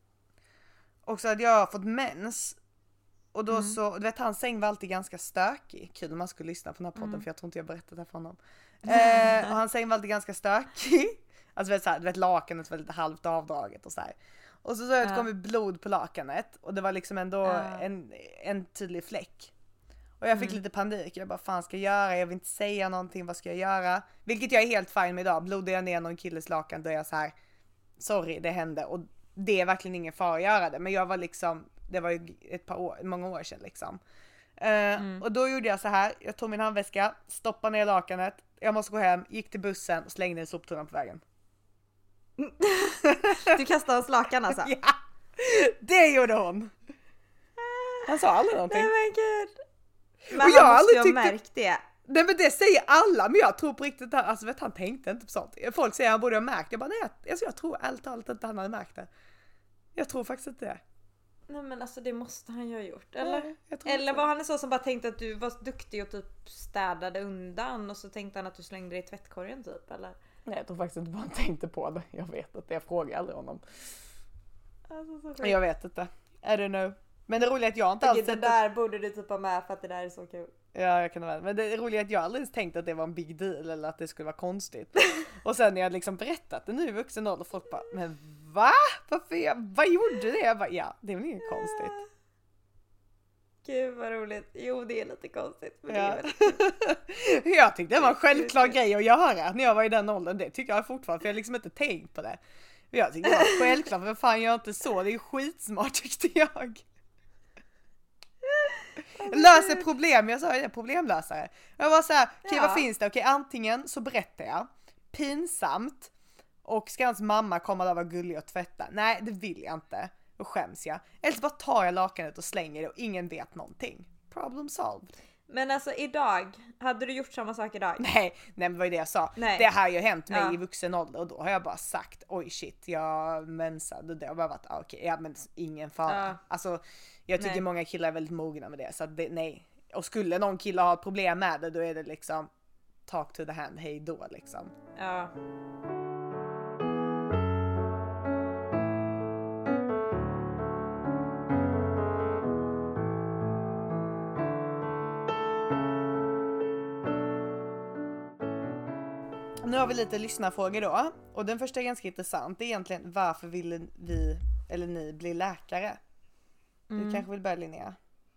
Och så hade jag fått mens. Och då mm. så, du vet hans säng var alltid ganska stökig. Kul om man skulle lyssna på den här podden mm. för jag tror inte jag berättat det här för honom. eh, och hans säng var alltid ganska stökig. Alltså vet, så här, du vet lakanet var lite halvt avdraget och så här. Och så så ja. kom det blod på lakanet. Och det var liksom ändå ja. en, en tydlig fläck. Och jag fick mm. lite panik. Jag bara, fan ska jag göra? Jag vill inte säga någonting. Vad ska jag göra? Vilket jag är helt fine med idag. Blodade jag ner någon killes lakan, då är jag så här, sorry, det hände. Och det är verkligen ingen fara att göra det. Men jag var liksom, det var ju ett par år, många år sedan liksom. Uh, mm. Och då gjorde jag så här. Jag tog min handväska, stoppade ner lakanet. Jag måste gå hem, gick till bussen och slängde en soptunnan på vägen. Du kastade hans lakan alltså? Ja, det gjorde hon. Han sa aldrig någonting. Nej men gud. Men och han jag måste ju ha tyckte... märkt det. Nej men det säger alla, men jag tror på riktigt att alltså, vet, han tänkte inte på sånt. Folk säger att han borde ha märkt det. Jag bara, nej, alltså, jag tror ärligt talat inte han hade märkt det. Jag tror faktiskt inte det. Nej men alltså det måste han ju ha gjort. Eller, ja, eller var han så som bara tänkte att du var duktig och typ städade undan och så tänkte han att du slängde dig i tvättkorgen typ, eller? Nej, jag tror faktiskt inte bara han tänkte på det. Jag vet att jag frågar aldrig honom. Alltså, så jag vet inte. I don't know. Men det roliga är att jag inte Okej, alls det sett där borde du typ ha med för att det där är så kul. Ja, jag kan ha med. Men det roliga är att jag aldrig ens tänkt att det var en big deal eller att det skulle vara konstigt. Och sen när jag liksom berättat det nu i vuxen ålder, folk bara, men va? Varför jag, vad gjorde det? Jag bara, ja, det är väl inget konstigt. Gud vad roligt. Jo, det är lite konstigt. Men Ja. det är väldigt kul. Jag tyckte det var en självklar grej att göra när jag var i den åldern. Det tycker jag fortfarande, för jag har liksom inte tänkt på det. Jag tyckte det var självklart, för fan gör inte så? Det är ju skitsmart tyckte jag. Löser problem, jag sa det, problemlösare. Jag var så här, okej okay, Ja. vad finns det? Okej, okay, antingen så berättar jag. Pinsamt. Och ska hans mamma komma där och vara gullig och tvätta? Nej, det vill jag inte. Då skäms jag. Eller så bara tar jag lakanet och slänger det och ingen vet någonting. Problem solved. Men alltså idag, hade du gjort samma sak idag? Nej, nej men det var ju det jag sa. Nej. Det här har ju hänt mig Ja. i vuxen ålder och då har jag bara sagt, oj shit, jag mensade och det har bara varit, ah, okej, okay, ja men ingen fara. Ja. Alltså, jag tycker Nej. många killar är väldigt mogna med det, så att det, nej. Och skulle någon kille ha ett problem med det, då är det liksom talk to the hand, hej då liksom. Ja. Nu har vi lite lyssnarfrågor då. Och den första är ganska intressant. Det är egentligen, varför ville vi, eller ni, bli läkare? Mm. Du kanske vill börja, Linnea?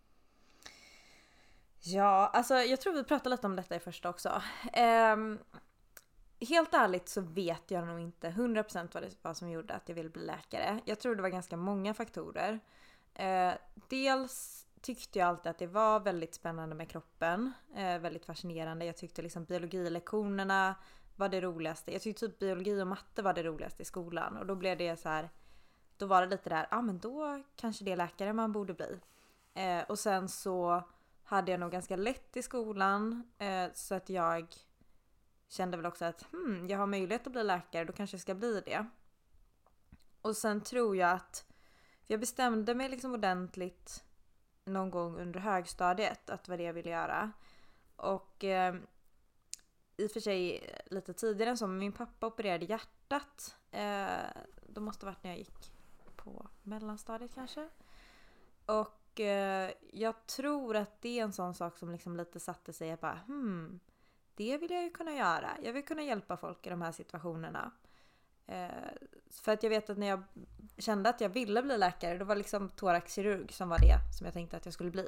Ja, alltså jag tror vi pratade lite om detta i första också. Ehm, helt ärligt så vet jag nog inte hundra procent vad det var som gjorde att jag ville bli läkare. Jag tror det var ganska många faktorer. Ehm, dels tyckte jag alltid att det var väldigt spännande med kroppen. Ehm, väldigt fascinerande. Jag tyckte liksom biologilektionerna var det roligaste. Jag tyckte typ biologi och matte var det roligaste i skolan. Och då blev det så här, då var det lite där, ja ah, men då kanske det är läkare man borde bli. Ehm, och sen så hade jag nog ganska lätt i skolan, eh, så att jag kände väl också att hmm, jag har möjlighet att bli läkare, då kanske jag ska bli det. Och sen tror jag att jag bestämde mig liksom ordentligt någon gång under högstadiet att vad det jag ville göra. Och eh, i och för sig lite tidigare än så, min pappa opererade hjärtat. Eh, då måste det varit när jag gick på mellanstadiet kanske. Och jag tror att det är en sån sak som liksom lite satte sig och bara, hmm, det vill jag ju kunna göra. Jag vill kunna hjälpa folk i de här situationerna. Eh, för att jag vet att när jag kände att jag ville bli läkare, då var liksom thoraxkirurg som var det som jag tänkte att jag skulle bli.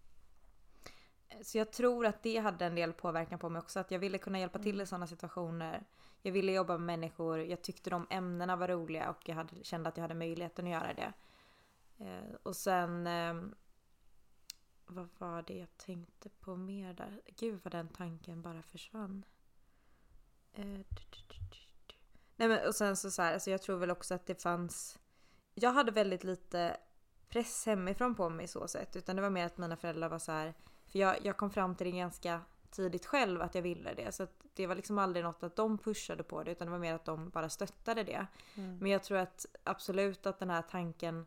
Så jag tror att det hade en del påverkan på mig också, att jag ville kunna hjälpa till i sådana situationer. Jag ville jobba med människor, jag tyckte de ämnena var roliga och jag hade, kände att jag hade möjligheten att göra det. Eh, och sen eh, vad var det jag tänkte på mer där? Gud vad den tanken bara försvann. Eh, du, du, du, du. Nej men och sen så, så här, alltså jag tror väl också att det fanns, jag hade väldigt lite press hemifrån på mig så sätt, utan det var mer att mina föräldrar var så här, för jag, jag kom fram till det ganska tidigt själv att jag ville det, så att det var liksom aldrig något att de pushade på det, utan det var mer att de bara stöttade det. Mm. Men jag tror att absolut att den här tanken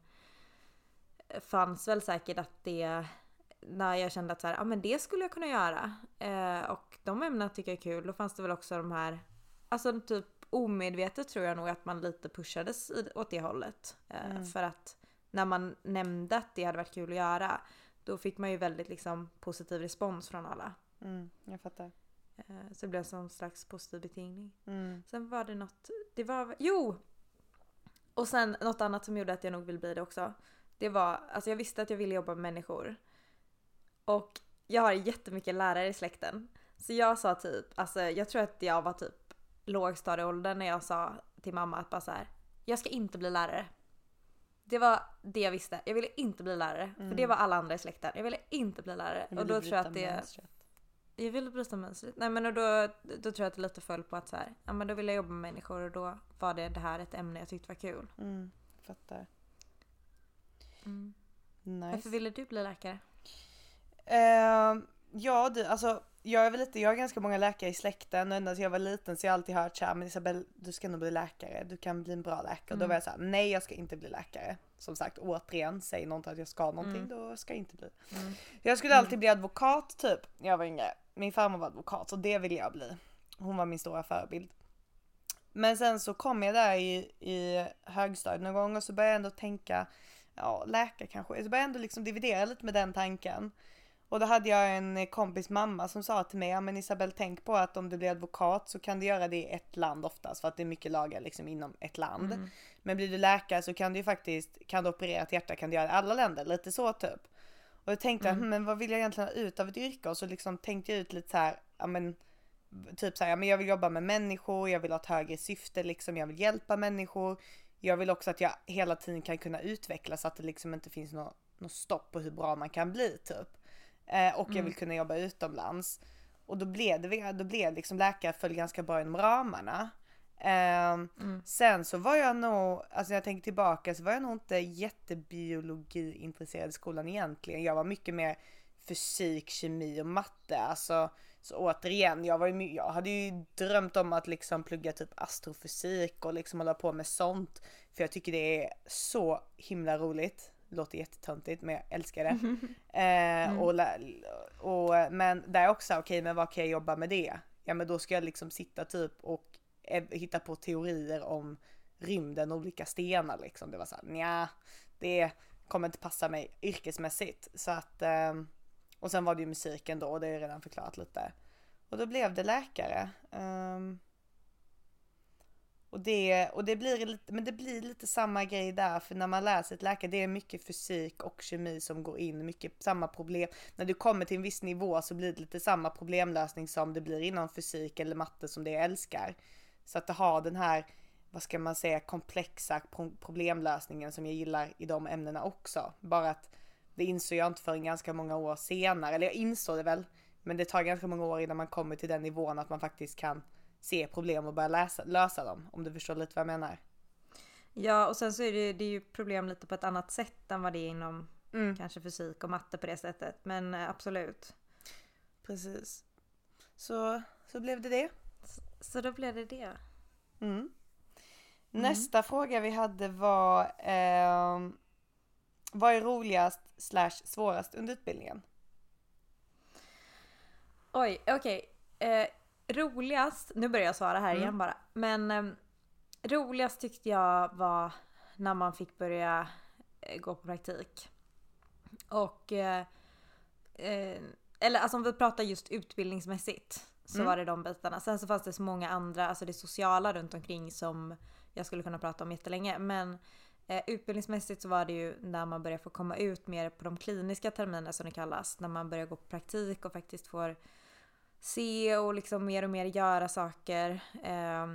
fanns väl säkert, att det, när jag kände att så här, ja men det skulle jag kunna göra, eh, och de ämnena tycker jag är kul, då fanns det väl också de här, alltså typ omedvetet tror jag nog att man lite pushades åt det hållet, eh, mm. för att när man nämnde att det hade varit kul att göra, då fick man ju väldigt liksom positiv respons från alla. Mm, jag fattar. Eh, så det blev en sån slags positiv betingning. Mm. Sen var det något, det var, jo! Och sen något annat som gjorde att jag nog ville bli det också. Det var, alltså jag visste att jag ville jobba med människor. Och jag har jättemycket lärare i släkten. Så jag sa typ, alltså jag tror att jag var typ lågstadieåldern när jag sa till mamma att bara så här, jag ska inte bli lärare. Det var det jag visste. Jag ville inte bli lärare. Mm. För det var alla andra i släkten. Jag ville inte bli lärare. Och då tror jag att det... Mönstret. Jag ville bryta mönstret. Nej men och då, då tror jag att det lite föll på att så här, ja men då ville jag jobba med människor, och då var det det här ett ämne jag tyckte var kul. Mm, fattar. Mm. Nice. Varför ville du bli läkare? Uh, ja, du, alltså jag är väl lite, jag har ganska många läkare i släkten, och ända sedan jag var liten så har jag alltid hört såhär, men Isabel, du ska nog bli läkare, du kan bli en bra läkare. Mm. Och då var jag såhär, nej jag ska inte bli läkare. Som sagt, återigen, säg någon att jag ska någonting, mm. då ska jag inte bli. Mm. Jag skulle alltid bli advokat typ, när jag var yngre. Min farmor var advokat, så det ville jag bli. Hon var min stora förebild. Men sen så kom jag där i, i högstadiet någon gång, och så började jag ändå tänka, ja, läkare kanske. Så jag började ändå liksom dividera lite med den tanken. Och då hade jag en kompis mamma som sa till mig, ja men Isabel, tänk på att om du blir advokat så kan du göra det i ett land oftast, för att det är mycket lagar liksom inom ett land. Mm. Men blir du läkare så kan du ju faktiskt, kan du operera ett hjärta, kan du göra det i alla länder, lite så typ. Och jag tänkte, mm. men vad vill jag egentligen ha ut av ett yrke? Och så liksom tänkte jag ut lite så här, ja men typ så här, ja men jag vill jobba med människor, jag vill ha ett högre syfte liksom, jag vill hjälpa människor. Jag vill också att jag hela tiden kan kunna utvecklas, så att det liksom inte finns något, något stopp på hur bra man kan bli typ. Eh, och mm. jag vill kunna jobba utomlands. Och då blev det, då blev liksom läkare föll ganska bra inom ramarna. Eh, mm. Sen så var jag nog, alltså när jag tänker tillbaka så var jag nog inte jättebiologiintresserad i skolan egentligen. Jag var mycket mer fysik, kemi och matte. Alltså, så återigen, jag, var ju, jag hade ju drömt om att liksom plugga typ astrofysik och liksom hålla på med sånt. För jag tycker det är så himla roligt. Låter jättetöntigt, men jag älskar det. eh, mm. och, och, men det är också, okej, okay, men vad kan jag jobba med det? Ja, men då ska jag liksom sitta typ och eh, hitta på teorier om rymden och olika stenar liksom. Det var så här, nja, det kommer inte passa mig yrkesmässigt. Så att, eh, och sen var det ju musiken då, och det är redan förklarat lite. Och då blev det läkare. Um, Och det, och det blir lite, men det blir lite samma grej där, för när man läser ett läkare, det är mycket fysik och kemi som går in, mycket samma problem. När du kommer till en viss nivå så blir det lite samma problemlösning som det blir inom fysik eller matte som det jag älskar. Så att det har den här, vad ska man säga, komplexa problemlösningen som jag gillar i de ämnena också. Bara att det insåg jag inte förrän ganska många år senare, eller jag insåg det väl, men det tar ganska många år innan man kommer till den nivån att man faktiskt kan se problem och börja läsa, lösa dem, om du förstår lite vad jag menar. Ja, och sen så är det, det är ju problem lite på ett annat sätt än vad det är inom mm. kanske fysik och matte på det sättet, men absolut. Precis. Så, så blev det det. Så, så då blev det det. Mm. Nästa mm. fråga vi hade var eh, vad är roligast slash svårast under utbildningen? Oj, okej. Okay. Eh, roligast, nu börjar jag svara här mm. igen bara. Men eh, roligast tyckte jag var när man fick börja eh, gå på praktik. Och eh, eh, eller alltså om vi pratar just utbildningsmässigt så mm. var det de bitarna. Sen så fanns det så många andra, alltså det sociala runt omkring som jag skulle kunna prata om jättelänge. Men eh, utbildningsmässigt så var det ju när man börjar få komma ut mer på de kliniska terminerna som det kallas. När man börjar gå på praktik och faktiskt får se och liksom mer och mer göra saker. Eh,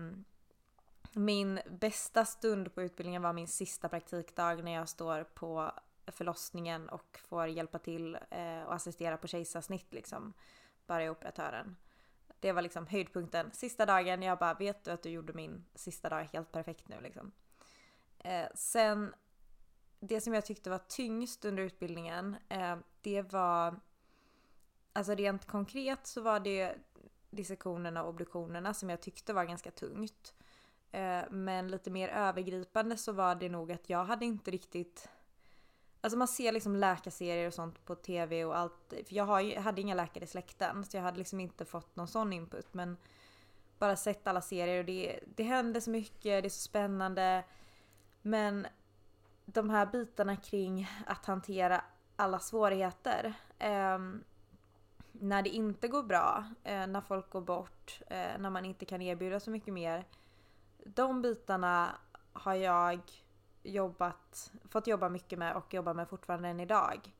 min bästa stund på utbildningen var min sista praktikdag när jag står på förlossningen och får hjälpa till eh, och assistera på kejsarsnitt liksom. Bara i operatören. Det var liksom höjdpunkten. Sista dagen, jag bara, vet du att du gjorde min sista dag helt perfekt nu liksom. Eh, sen, det som jag tyckte var tyngst under utbildningen, eh, det var, alltså rent konkret så var det dissektionerna och obduktionerna som jag tyckte var ganska tungt. Eh, men lite mer övergripande så var det nog att jag hade inte riktigt, alltså man ser liksom läkarserier och sånt på tv och allt. För jag, har, jag hade inga läkare i släkten, så jag hade liksom inte fått någon sån input. Men bara sett alla serier och det, det händer så mycket, det är så spännande. Men de här bitarna kring att hantera alla svårigheter. Eh, när det inte går bra, eh, när folk går bort, eh, när man inte kan erbjuda så mycket mer. De bitarna har jag jobbat, fått jobba mycket med och jobba med fortfarande än idag.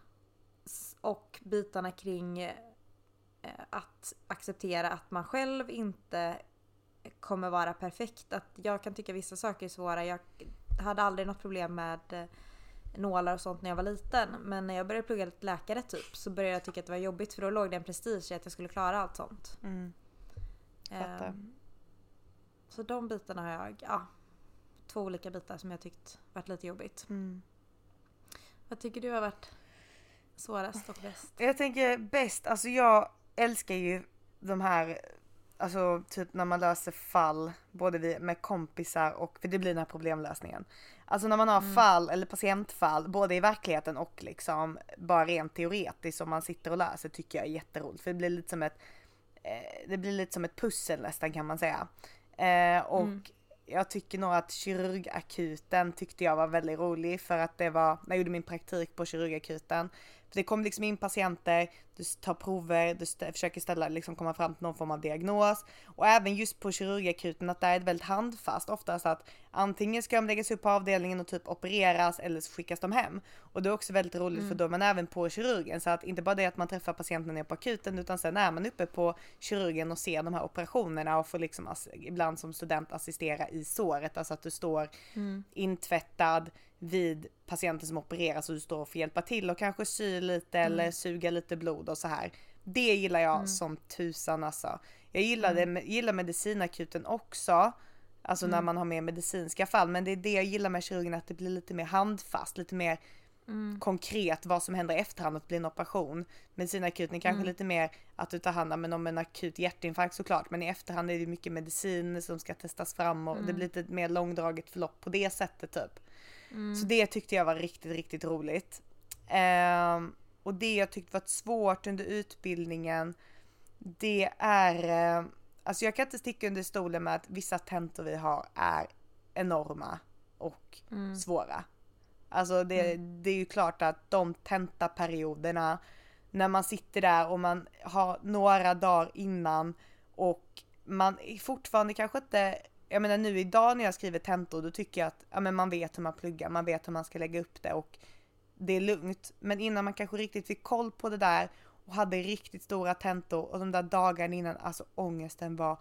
Och bitarna kring eh, att acceptera att man själv inte kommer vara perfekt. Att jag kan tycka vissa saker är svåra. Jag hade aldrig något problem med eh, nålar och sånt när jag var liten. Men när jag började plugga till läkare typ så började jag tycka att det var jobbigt, för då låg det en prestige i att jag skulle klara allt sånt. Mm. Eh, så de bitarna har jag, ja, två olika bitar som jag tyckt varit lite jobbigt. Mm. Vad tycker du har varit svårast och bäst? Jag tänker bäst, alltså jag älskar ju de här, alltså typ när man löser fall både med kompisar och, för det blir den här problemlösningen. Alltså när man har mm. fall eller patientfall både i verkligheten och liksom bara rent teoretiskt som man sitter och läser, tycker jag är jätteroligt. För det blir lite som ett eh, det blir lite som ett pussel nästan, kan man säga. Eh, och mm. jag tycker nog att kirurgakuten tyckte jag var väldigt rolig för att det var, när jag gjorde min praktik på kirurgakuten. För det kom liksom in patienter, du tar prover, du st- försöker ställa, liksom komma fram till någon form av diagnos. Och även just på kirurgakuten att det är väldigt handfast. Oftast att antingen ska de läggas upp på avdelningen och typ opereras eller så skickas de hem. Och det är också väldigt roligt mm. för då är man även på kirurgen. Så att inte bara det att man träffar patienten nere på akuten utan sen är man uppe på kirurgen och ser de här operationerna och får liksom ass- ibland som student assistera i såret. Alltså att du står mm. intvättad vid patienten som opereras och du står och får hjälpa till och kanske sy lite mm. eller suga lite blod och så här. Det gillar jag mm. som tusan alltså. Jag gillade, mm. gillar medicinakuten också. Alltså mm. när man har mer medicinska fall. Men det är det jag gillar med kirurgen, att det blir lite mer handfast. Lite mer mm. konkret vad som händer i efterhand att det blir en operation. Medicinakuten är kanske mm. lite mer att du tar hand om, om en akut hjärtinfarkt såklart. Men i efterhand är det mycket medicin som ska testas fram. Och mm. det blir lite mer långdraget förlopp på det sättet typ. Mm. Så det tyckte jag var riktigt, riktigt roligt. Um, och det jag tyckte var svårt under utbildningen, det är... Uh, alltså jag kan inte sticka under stolen med att vissa tentor vi har är enorma och mm. svåra. Alltså det, mm. det är ju klart att de tentaperioderna, när man sitter där och man har några dagar innan och man fortfarande kanske inte... Jag menar nu idag när jag skriver tentor, då tycker jag att ja, men man vet hur man pluggar, man vet hur man ska lägga upp det och det är lugnt. Men innan man kanske riktigt fick koll på det där och hade riktigt stora tentor och de där dagarna innan, alltså ångesten var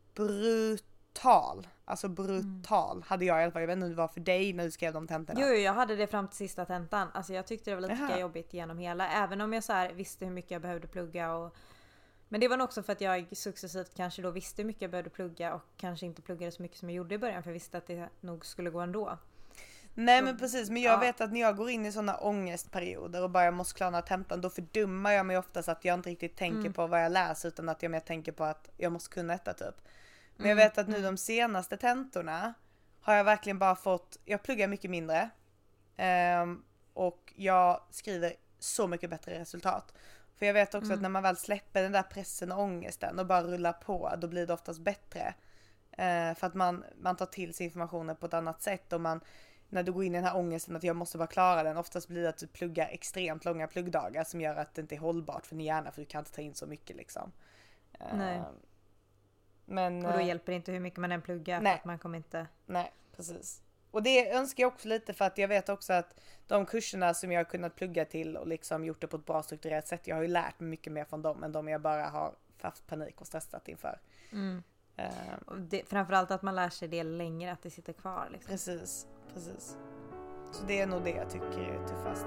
brutal. Alltså brutal mm. hade jag i alla fall. Jag vet inte hur det var för dig när du skrev de tentorna. Jo, jag hade det fram till sista tentan. Alltså jag tyckte det var lite Jaha. jobbigt genom hela, även om jag så här visste hur mycket jag behövde plugga och... Men det var nog också för att jag successivt kanske då visste hur mycket jag behövde plugga och kanske inte pluggade så mycket som jag gjorde i början, för jag visste att det nog skulle gå ändå. Nej så, men precis, men jag ja. vet att när jag går in i sådana ångestperioder och bara jag måste klara tentan, då fördummar jag mig oftast att jag inte riktigt tänker mm. på vad jag läser utan att jag mer tänker på att jag måste kunna detta typ. Men mm. jag vet att nu de senaste tentorna har jag verkligen bara fått, jag pluggar mycket mindre um, och jag skriver så mycket bättre resultat. För jag vet också mm. att när man väl släpper den där pressen och ångesten och bara rullar på, då blir det oftast bättre. Eh, för att man, man tar till sig informationen på ett annat sätt. Och man, när du går in i den här ångesten att jag måste bara klara den, oftast blir det att du pluggar extremt långa pluggdagar som gör att det inte är hållbart för din hjärna, för du kan inte ta in så mycket liksom. Eh, nej. Men, och då hjälper det inte hur mycket man än pluggar nej. För att man kommer inte... Nej, precis. Och det önskar jag också lite, för att jag vet också att de kurserna som jag har kunnat plugga till och liksom gjort det på ett bra strukturerat sätt, jag har ju lärt mig mycket mer från dem än de jag bara har haft panik och stressat inför. Mm. Uh, och det, framförallt att man lär sig det längre, att det sitter kvar. Liksom. Precis, precis. Så det är nog det jag tycker är tuffast.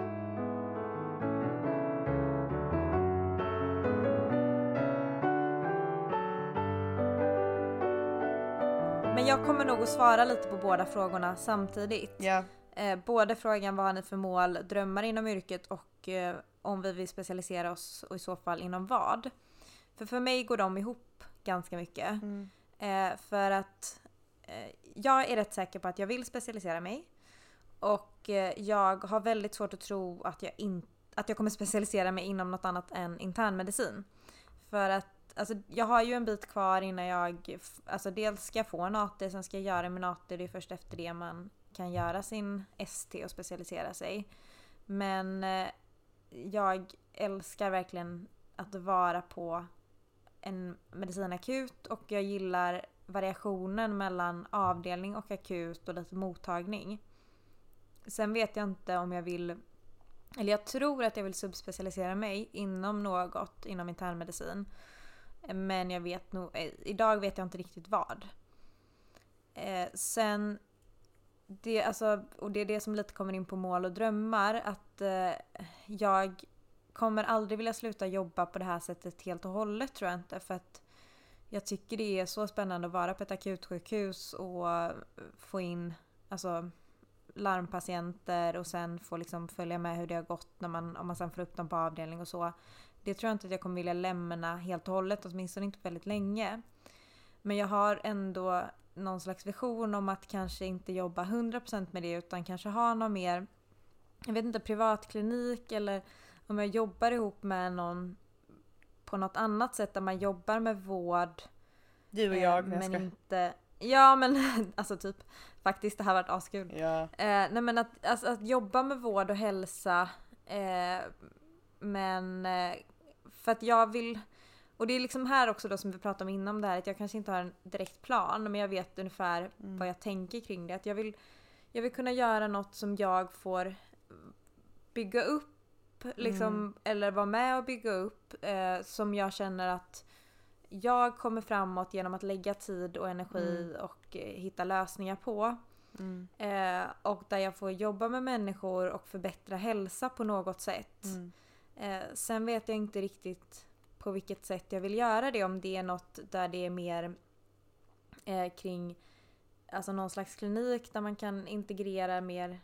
Men jag kommer nog att svara lite på båda frågorna samtidigt. Ja. Eh, både frågan vad har ni för mål, drömmar inom yrket och eh, om vi vill specialisera oss och i så fall inom vad. För för mig går de ihop ganska mycket. Mm. Eh, för att eh, jag är rätt säker på att jag vill specialisera mig. Och eh, jag har väldigt svårt att tro att jag, in, att jag kommer specialisera mig inom något annat än internmedicin. För att alltså, jag har ju en bit kvar innan jag, alltså dels ska jag få en A T, sen ska jag göra min A T, det är först efter det man kan göra sin S T och specialisera sig. Men eh, jag älskar verkligen att vara på en medicinakut och jag gillar variationen mellan avdelning och akut och lite mottagning. Sen vet jag inte om jag vill, eller jag tror att jag vill subspecialisera mig inom något, inom internmedicin. Men jag vet nog, idag vet jag inte riktigt vad. Eh, sen, det, alltså, och det är det som lite kommer in på mål och drömmar, att eh, jag kommer aldrig vilja sluta jobba på det här sättet helt och hållet, tror jag inte. För att jag tycker det är så spännande att vara på ett akutsjukhus och få in alltså, larmpatienter och sen få liksom följa med hur det har gått när man, om man sen får upp dem på avdelning och så. Det tror jag inte att jag kommer vilja lämna helt och hållet, åtminstone inte väldigt länge. Men jag har ändå någon slags vision om att kanske inte jobba hundra procent med det, utan kanske ha någon mer, jag vet inte, privatklinik, eller om jag jobbar ihop med någon på något annat sätt där man jobbar med vård. Du och jag. Eh, men inte, Ja men alltså typ faktiskt det här har varit askul. Ja. Eh, nej men att, alltså, att jobba med vård och hälsa eh, men eh, för att jag vill, och det är liksom här också då som vi pratade om innan det här, att jag kanske inte har en direkt plan men jag vet ungefär mm. vad jag tänker kring det. Att jag vill, jag vill kunna göra något som jag får bygga upp liksom, mm. eller vara med och bygga upp eh, som jag känner att jag kommer framåt genom att lägga tid och energi mm. och eh, hitta lösningar på. Mm. Eh, och där jag får jobba med människor och förbättra hälsa på något sätt. Mm. Eh, sen vet jag inte riktigt på vilket sätt jag vill göra det. Om det är något där det är mer eh, kring alltså någon slags klinik där man kan integrera mer.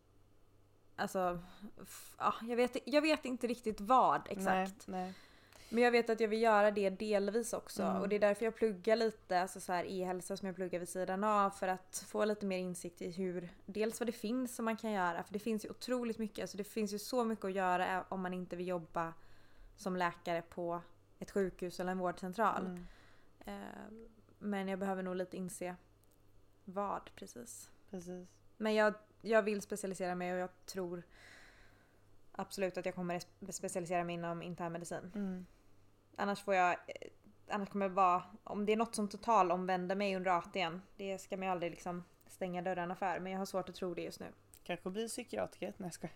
Alltså, f- ja, jag, vet, jag vet inte riktigt vad exakt. Nej, nej. Men jag vet att jag vill göra det delvis också. Mm. Och det är därför jag pluggar lite alltså så här, e-hälsa som jag pluggar vid sidan av. För att få lite mer insikt i hur, dels vad det finns som man kan göra. För det finns ju otroligt mycket. Alltså det finns ju så mycket att göra om man inte vill jobba som läkare på ett sjukhus eller en vårdcentral. Mm. Eh, men jag behöver nog lite inse vad precis. Precis. Men jag, jag vill specialisera mig och jag tror absolut att jag kommer specialisera mig inom internmedicin. Mm. Annars får jag, annars kommer jag vara, om det är något som total omvänder mig under A T N, det ska man ju aldrig liksom stänga dörrarna för, men jag har svårt att tro det just nu. Kanske bli psykiatriker, nej ska.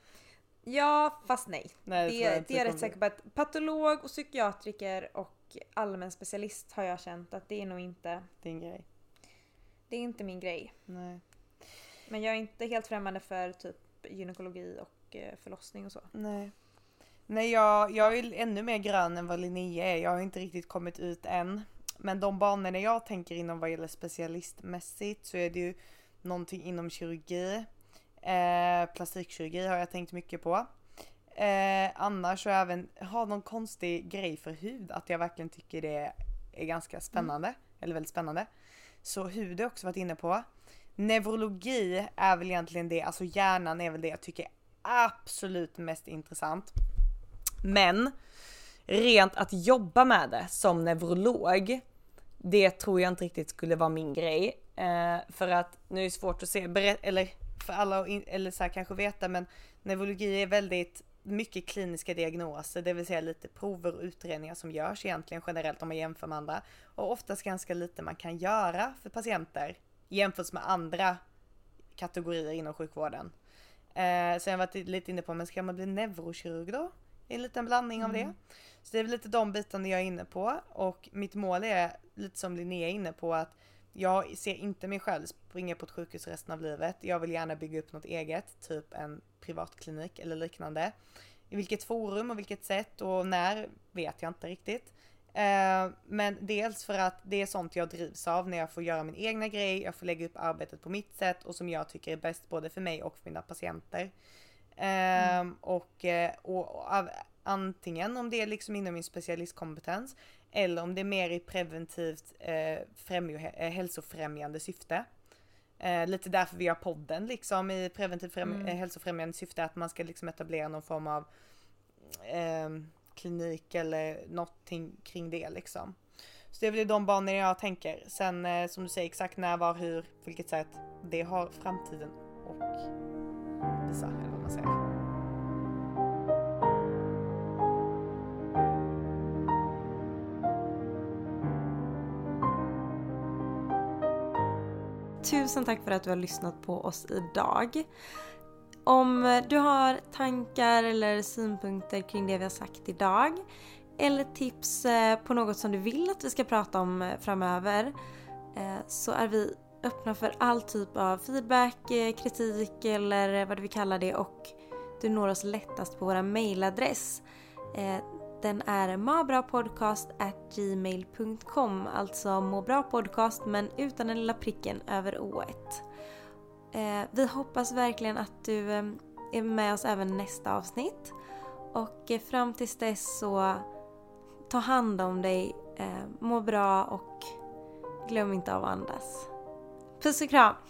Ja, fast nej. nej det, det, det är jag rätt säker på att patolog och psykiatriker och allmän specialist har jag känt att det är nog inte din grej. Det är inte min grej. Nej. Men jag är inte helt främmande för typ gynekologi och förlossning och så. Nej. Nej, jag, jag är ännu mer grön än vad Linnea är. Jag har inte riktigt kommit ut än. Men de banorna jag tänker inom vad gäller specialistmässigt så är det ju någonting inom kirurgi. Eh, plastikkirurgi har jag tänkt mycket på. Eh, annars så även ha någon konstig grej för hud. Att jag verkligen tycker det är ganska spännande. Mm. Eller väldigt spännande. Så hud har jag också varit inne på. Neurologi är väl egentligen det. Alltså hjärnan är väl det jag tycker är absolut mest intressant. Men rent att jobba med det som neurolog, det tror jag inte riktigt skulle vara min grej. Eh, för att nu är det svårt att se, berätt, eller för alla eller så här kanske veta, men neurologi är väldigt mycket kliniska diagnoser, det vill säga lite prover och utredningar som görs egentligen generellt om man jämför med andra. Och oftast ganska lite man kan göra för patienter jämfört med andra kategorier inom sjukvården. Eh, så jag har varit lite inne på, men ska man bli neurokirurg då? En liten blandning av mm. det. Så det är väl lite de bitarna jag är inne på. Och mitt mål är lite som Linnea är inne på, att jag ser inte mig själv springa på ett sjukhus resten av livet. Jag vill gärna bygga upp något eget, typ en privatklinik eller liknande. I vilket forum och vilket sätt och när vet jag inte riktigt. Eh, men dels för att det är sånt jag drivs av när jag får göra min egna grej. Jag får lägga upp arbetet på mitt sätt och som jag tycker är bäst både för mig och för mina patienter. Mm. Um, och, och, och antingen om det är liksom inom min specialistkompetens eller om det är mer i preventivt eh, främj- eh, hälsofrämjande syfte. Eh, lite därför vi har podden liksom i preventivt främ- mm. eh, hälsofrämjande syfte, att man ska liksom etablera någon form av eh, klinik eller någonting kring det liksom. Så det är väl de banor jag tänker. Sen eh, som du säger, exakt när, var, hur, på vilket sätt, det har framtiden och visa, eller vad man säger. Tusen tack för att du har lyssnat på oss idag. Om du har tankar eller synpunkter kring det vi har sagt idag, eller tips på något som du vill att vi ska prata om framöver, så är vi öppna för all typ av feedback, kritik eller vad du vill kalla det, och du når oss lättast på vår mailadress. Den är mabrapodcast at gmail dot com, alltså måbrapodcast men utan den lilla pricken över o-et. Vi hoppas verkligen att du är med oss även nästa avsnitt, och fram tills dess så ta hand om dig, må bra och glöm inte av att andas. Puss och kram!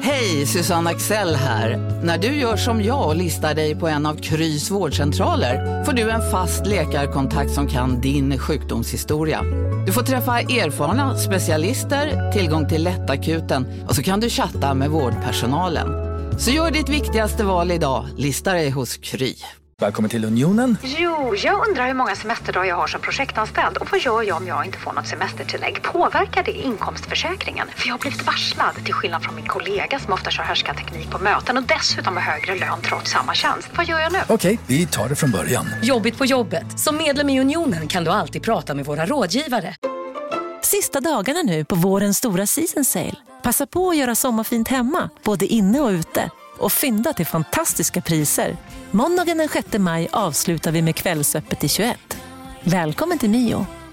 Hej, Susanne Axel här. När du gör som jag och listar dig på en av Krys vårdcentraler får du en fast läkarkontakt som kan din sjukdomshistoria. Du får träffa erfarna specialister, tillgång till lättakuten och så kan du chatta med vårdpersonalen. Så gör ditt viktigaste val idag, lista dig hos Kry. Välkommen till Unionen. Jo, jag undrar hur många semesterdagar jag har som projektanställd och vad gör jag om jag inte får något semestertillägg? Påverkar det inkomstförsäkringen? För jag har blivit varslad, till skillnad från min kollega som ofta kör härskarteknik på möten och dessutom har högre lön trots samma tjänst. Vad gör jag nu? Okej, vi tar det från början. Jobbigt på jobbet. Som medlem i Unionen kan du alltid prata med våra rådgivare. Sista dagarna nu på vårens stora season sale. Passa på att göra sommarfint hemma, både inne och ute. Och fynda till fantastiska priser. Måndagen den sjätte maj avslutar vi med Kvällsöppet i tjugoett. Välkommen till Mio.